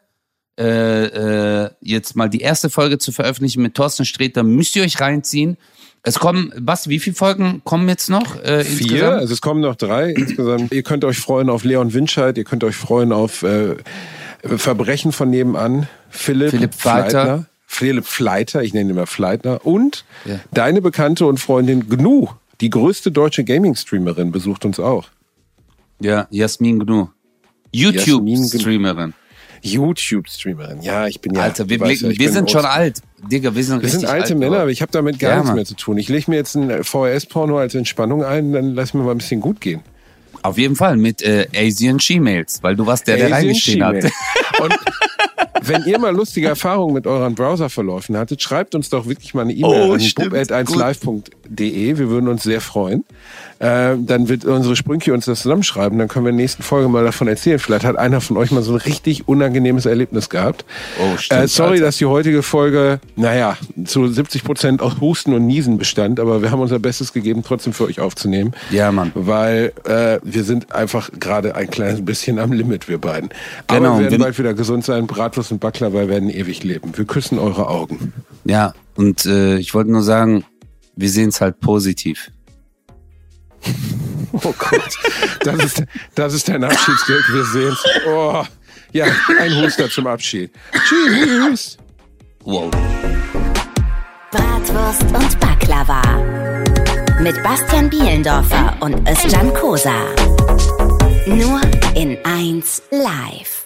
äh, äh, jetzt mal die erste Folge zu veröffentlichen mit Thorsten Sträter. Müsst ihr euch reinziehen. Es kommen, was, wie viele Folgen kommen jetzt noch? Äh, Vier, insgesamt? also es kommen noch drei insgesamt. Ihr könnt euch freuen auf Leon Winscheid, ihr könnt euch freuen auf äh, Verbrechen von nebenan, Philipp, Philipp Fleiter. Fleitner. Philipp Fleiter, ich nenne ihn immer Fleitner. Und Ja. deine Bekannte und Freundin Gnu, die größte deutsche Gaming-Streamerin, besucht uns auch. Ja, Jasmin Gnu. Jasmin Gnu. YouTube-Streamerin. YouTube-Streamerin, ja, ich bin ja... Alter, wir, du weißt blicken, ja, ich wir bin sind schon oldschool. alt. Digga, wir sind Wir richtig sind alte alt, Männer, Bro. aber ich habe damit gar Ja, nichts Mann. mehr zu tun. Ich lege mir jetzt ein V H S-Porno als Entspannung ein, dann lass mir mal ein bisschen gut gehen. Auf jeden Fall mit äh, Asian She-Mails, weil du warst der, der Asian reingestehen hat. She-Mail. Und wenn ihr mal lustige Erfahrungen mit euren Browserverläufen hattet, schreibt uns doch wirklich mal eine E-Mail Oh, an stimmt. bub at eins live punkt de. Wir würden uns sehr freuen. Äh, dann wird unsere Sprünche uns das zusammenschreiben. Dann können wir in der nächsten Folge mal davon erzählen. Vielleicht hat einer von euch mal so ein richtig unangenehmes Erlebnis gehabt. Oh, stimmt, Äh, sorry, Alter. dass die heutige Folge, naja, zu siebzig Prozent aus Husten und Niesen bestand. Aber wir haben unser Bestes gegeben, trotzdem für euch aufzunehmen. Ja, Mann. Weil äh, wir sind einfach gerade ein kleines bisschen am Limit, wir beiden. Aber Genau, wir werden wenn- bald wieder gesund sein. Bratwurst und Baklava werden ewig leben. Wir küssen eure Augen. Ja, und äh, ich wollte nur sagen, wir sehen es halt positiv. Oh Gott, das ist, das ist dein Abschiedsgag. Wir sehen's. Oh, ja, ein Huster zum Abschied. Tschüss. Wow. Bratwurst und Baklava. Mit Bastian Bielendorfer und Özcan Kosa. Nur in eins Live.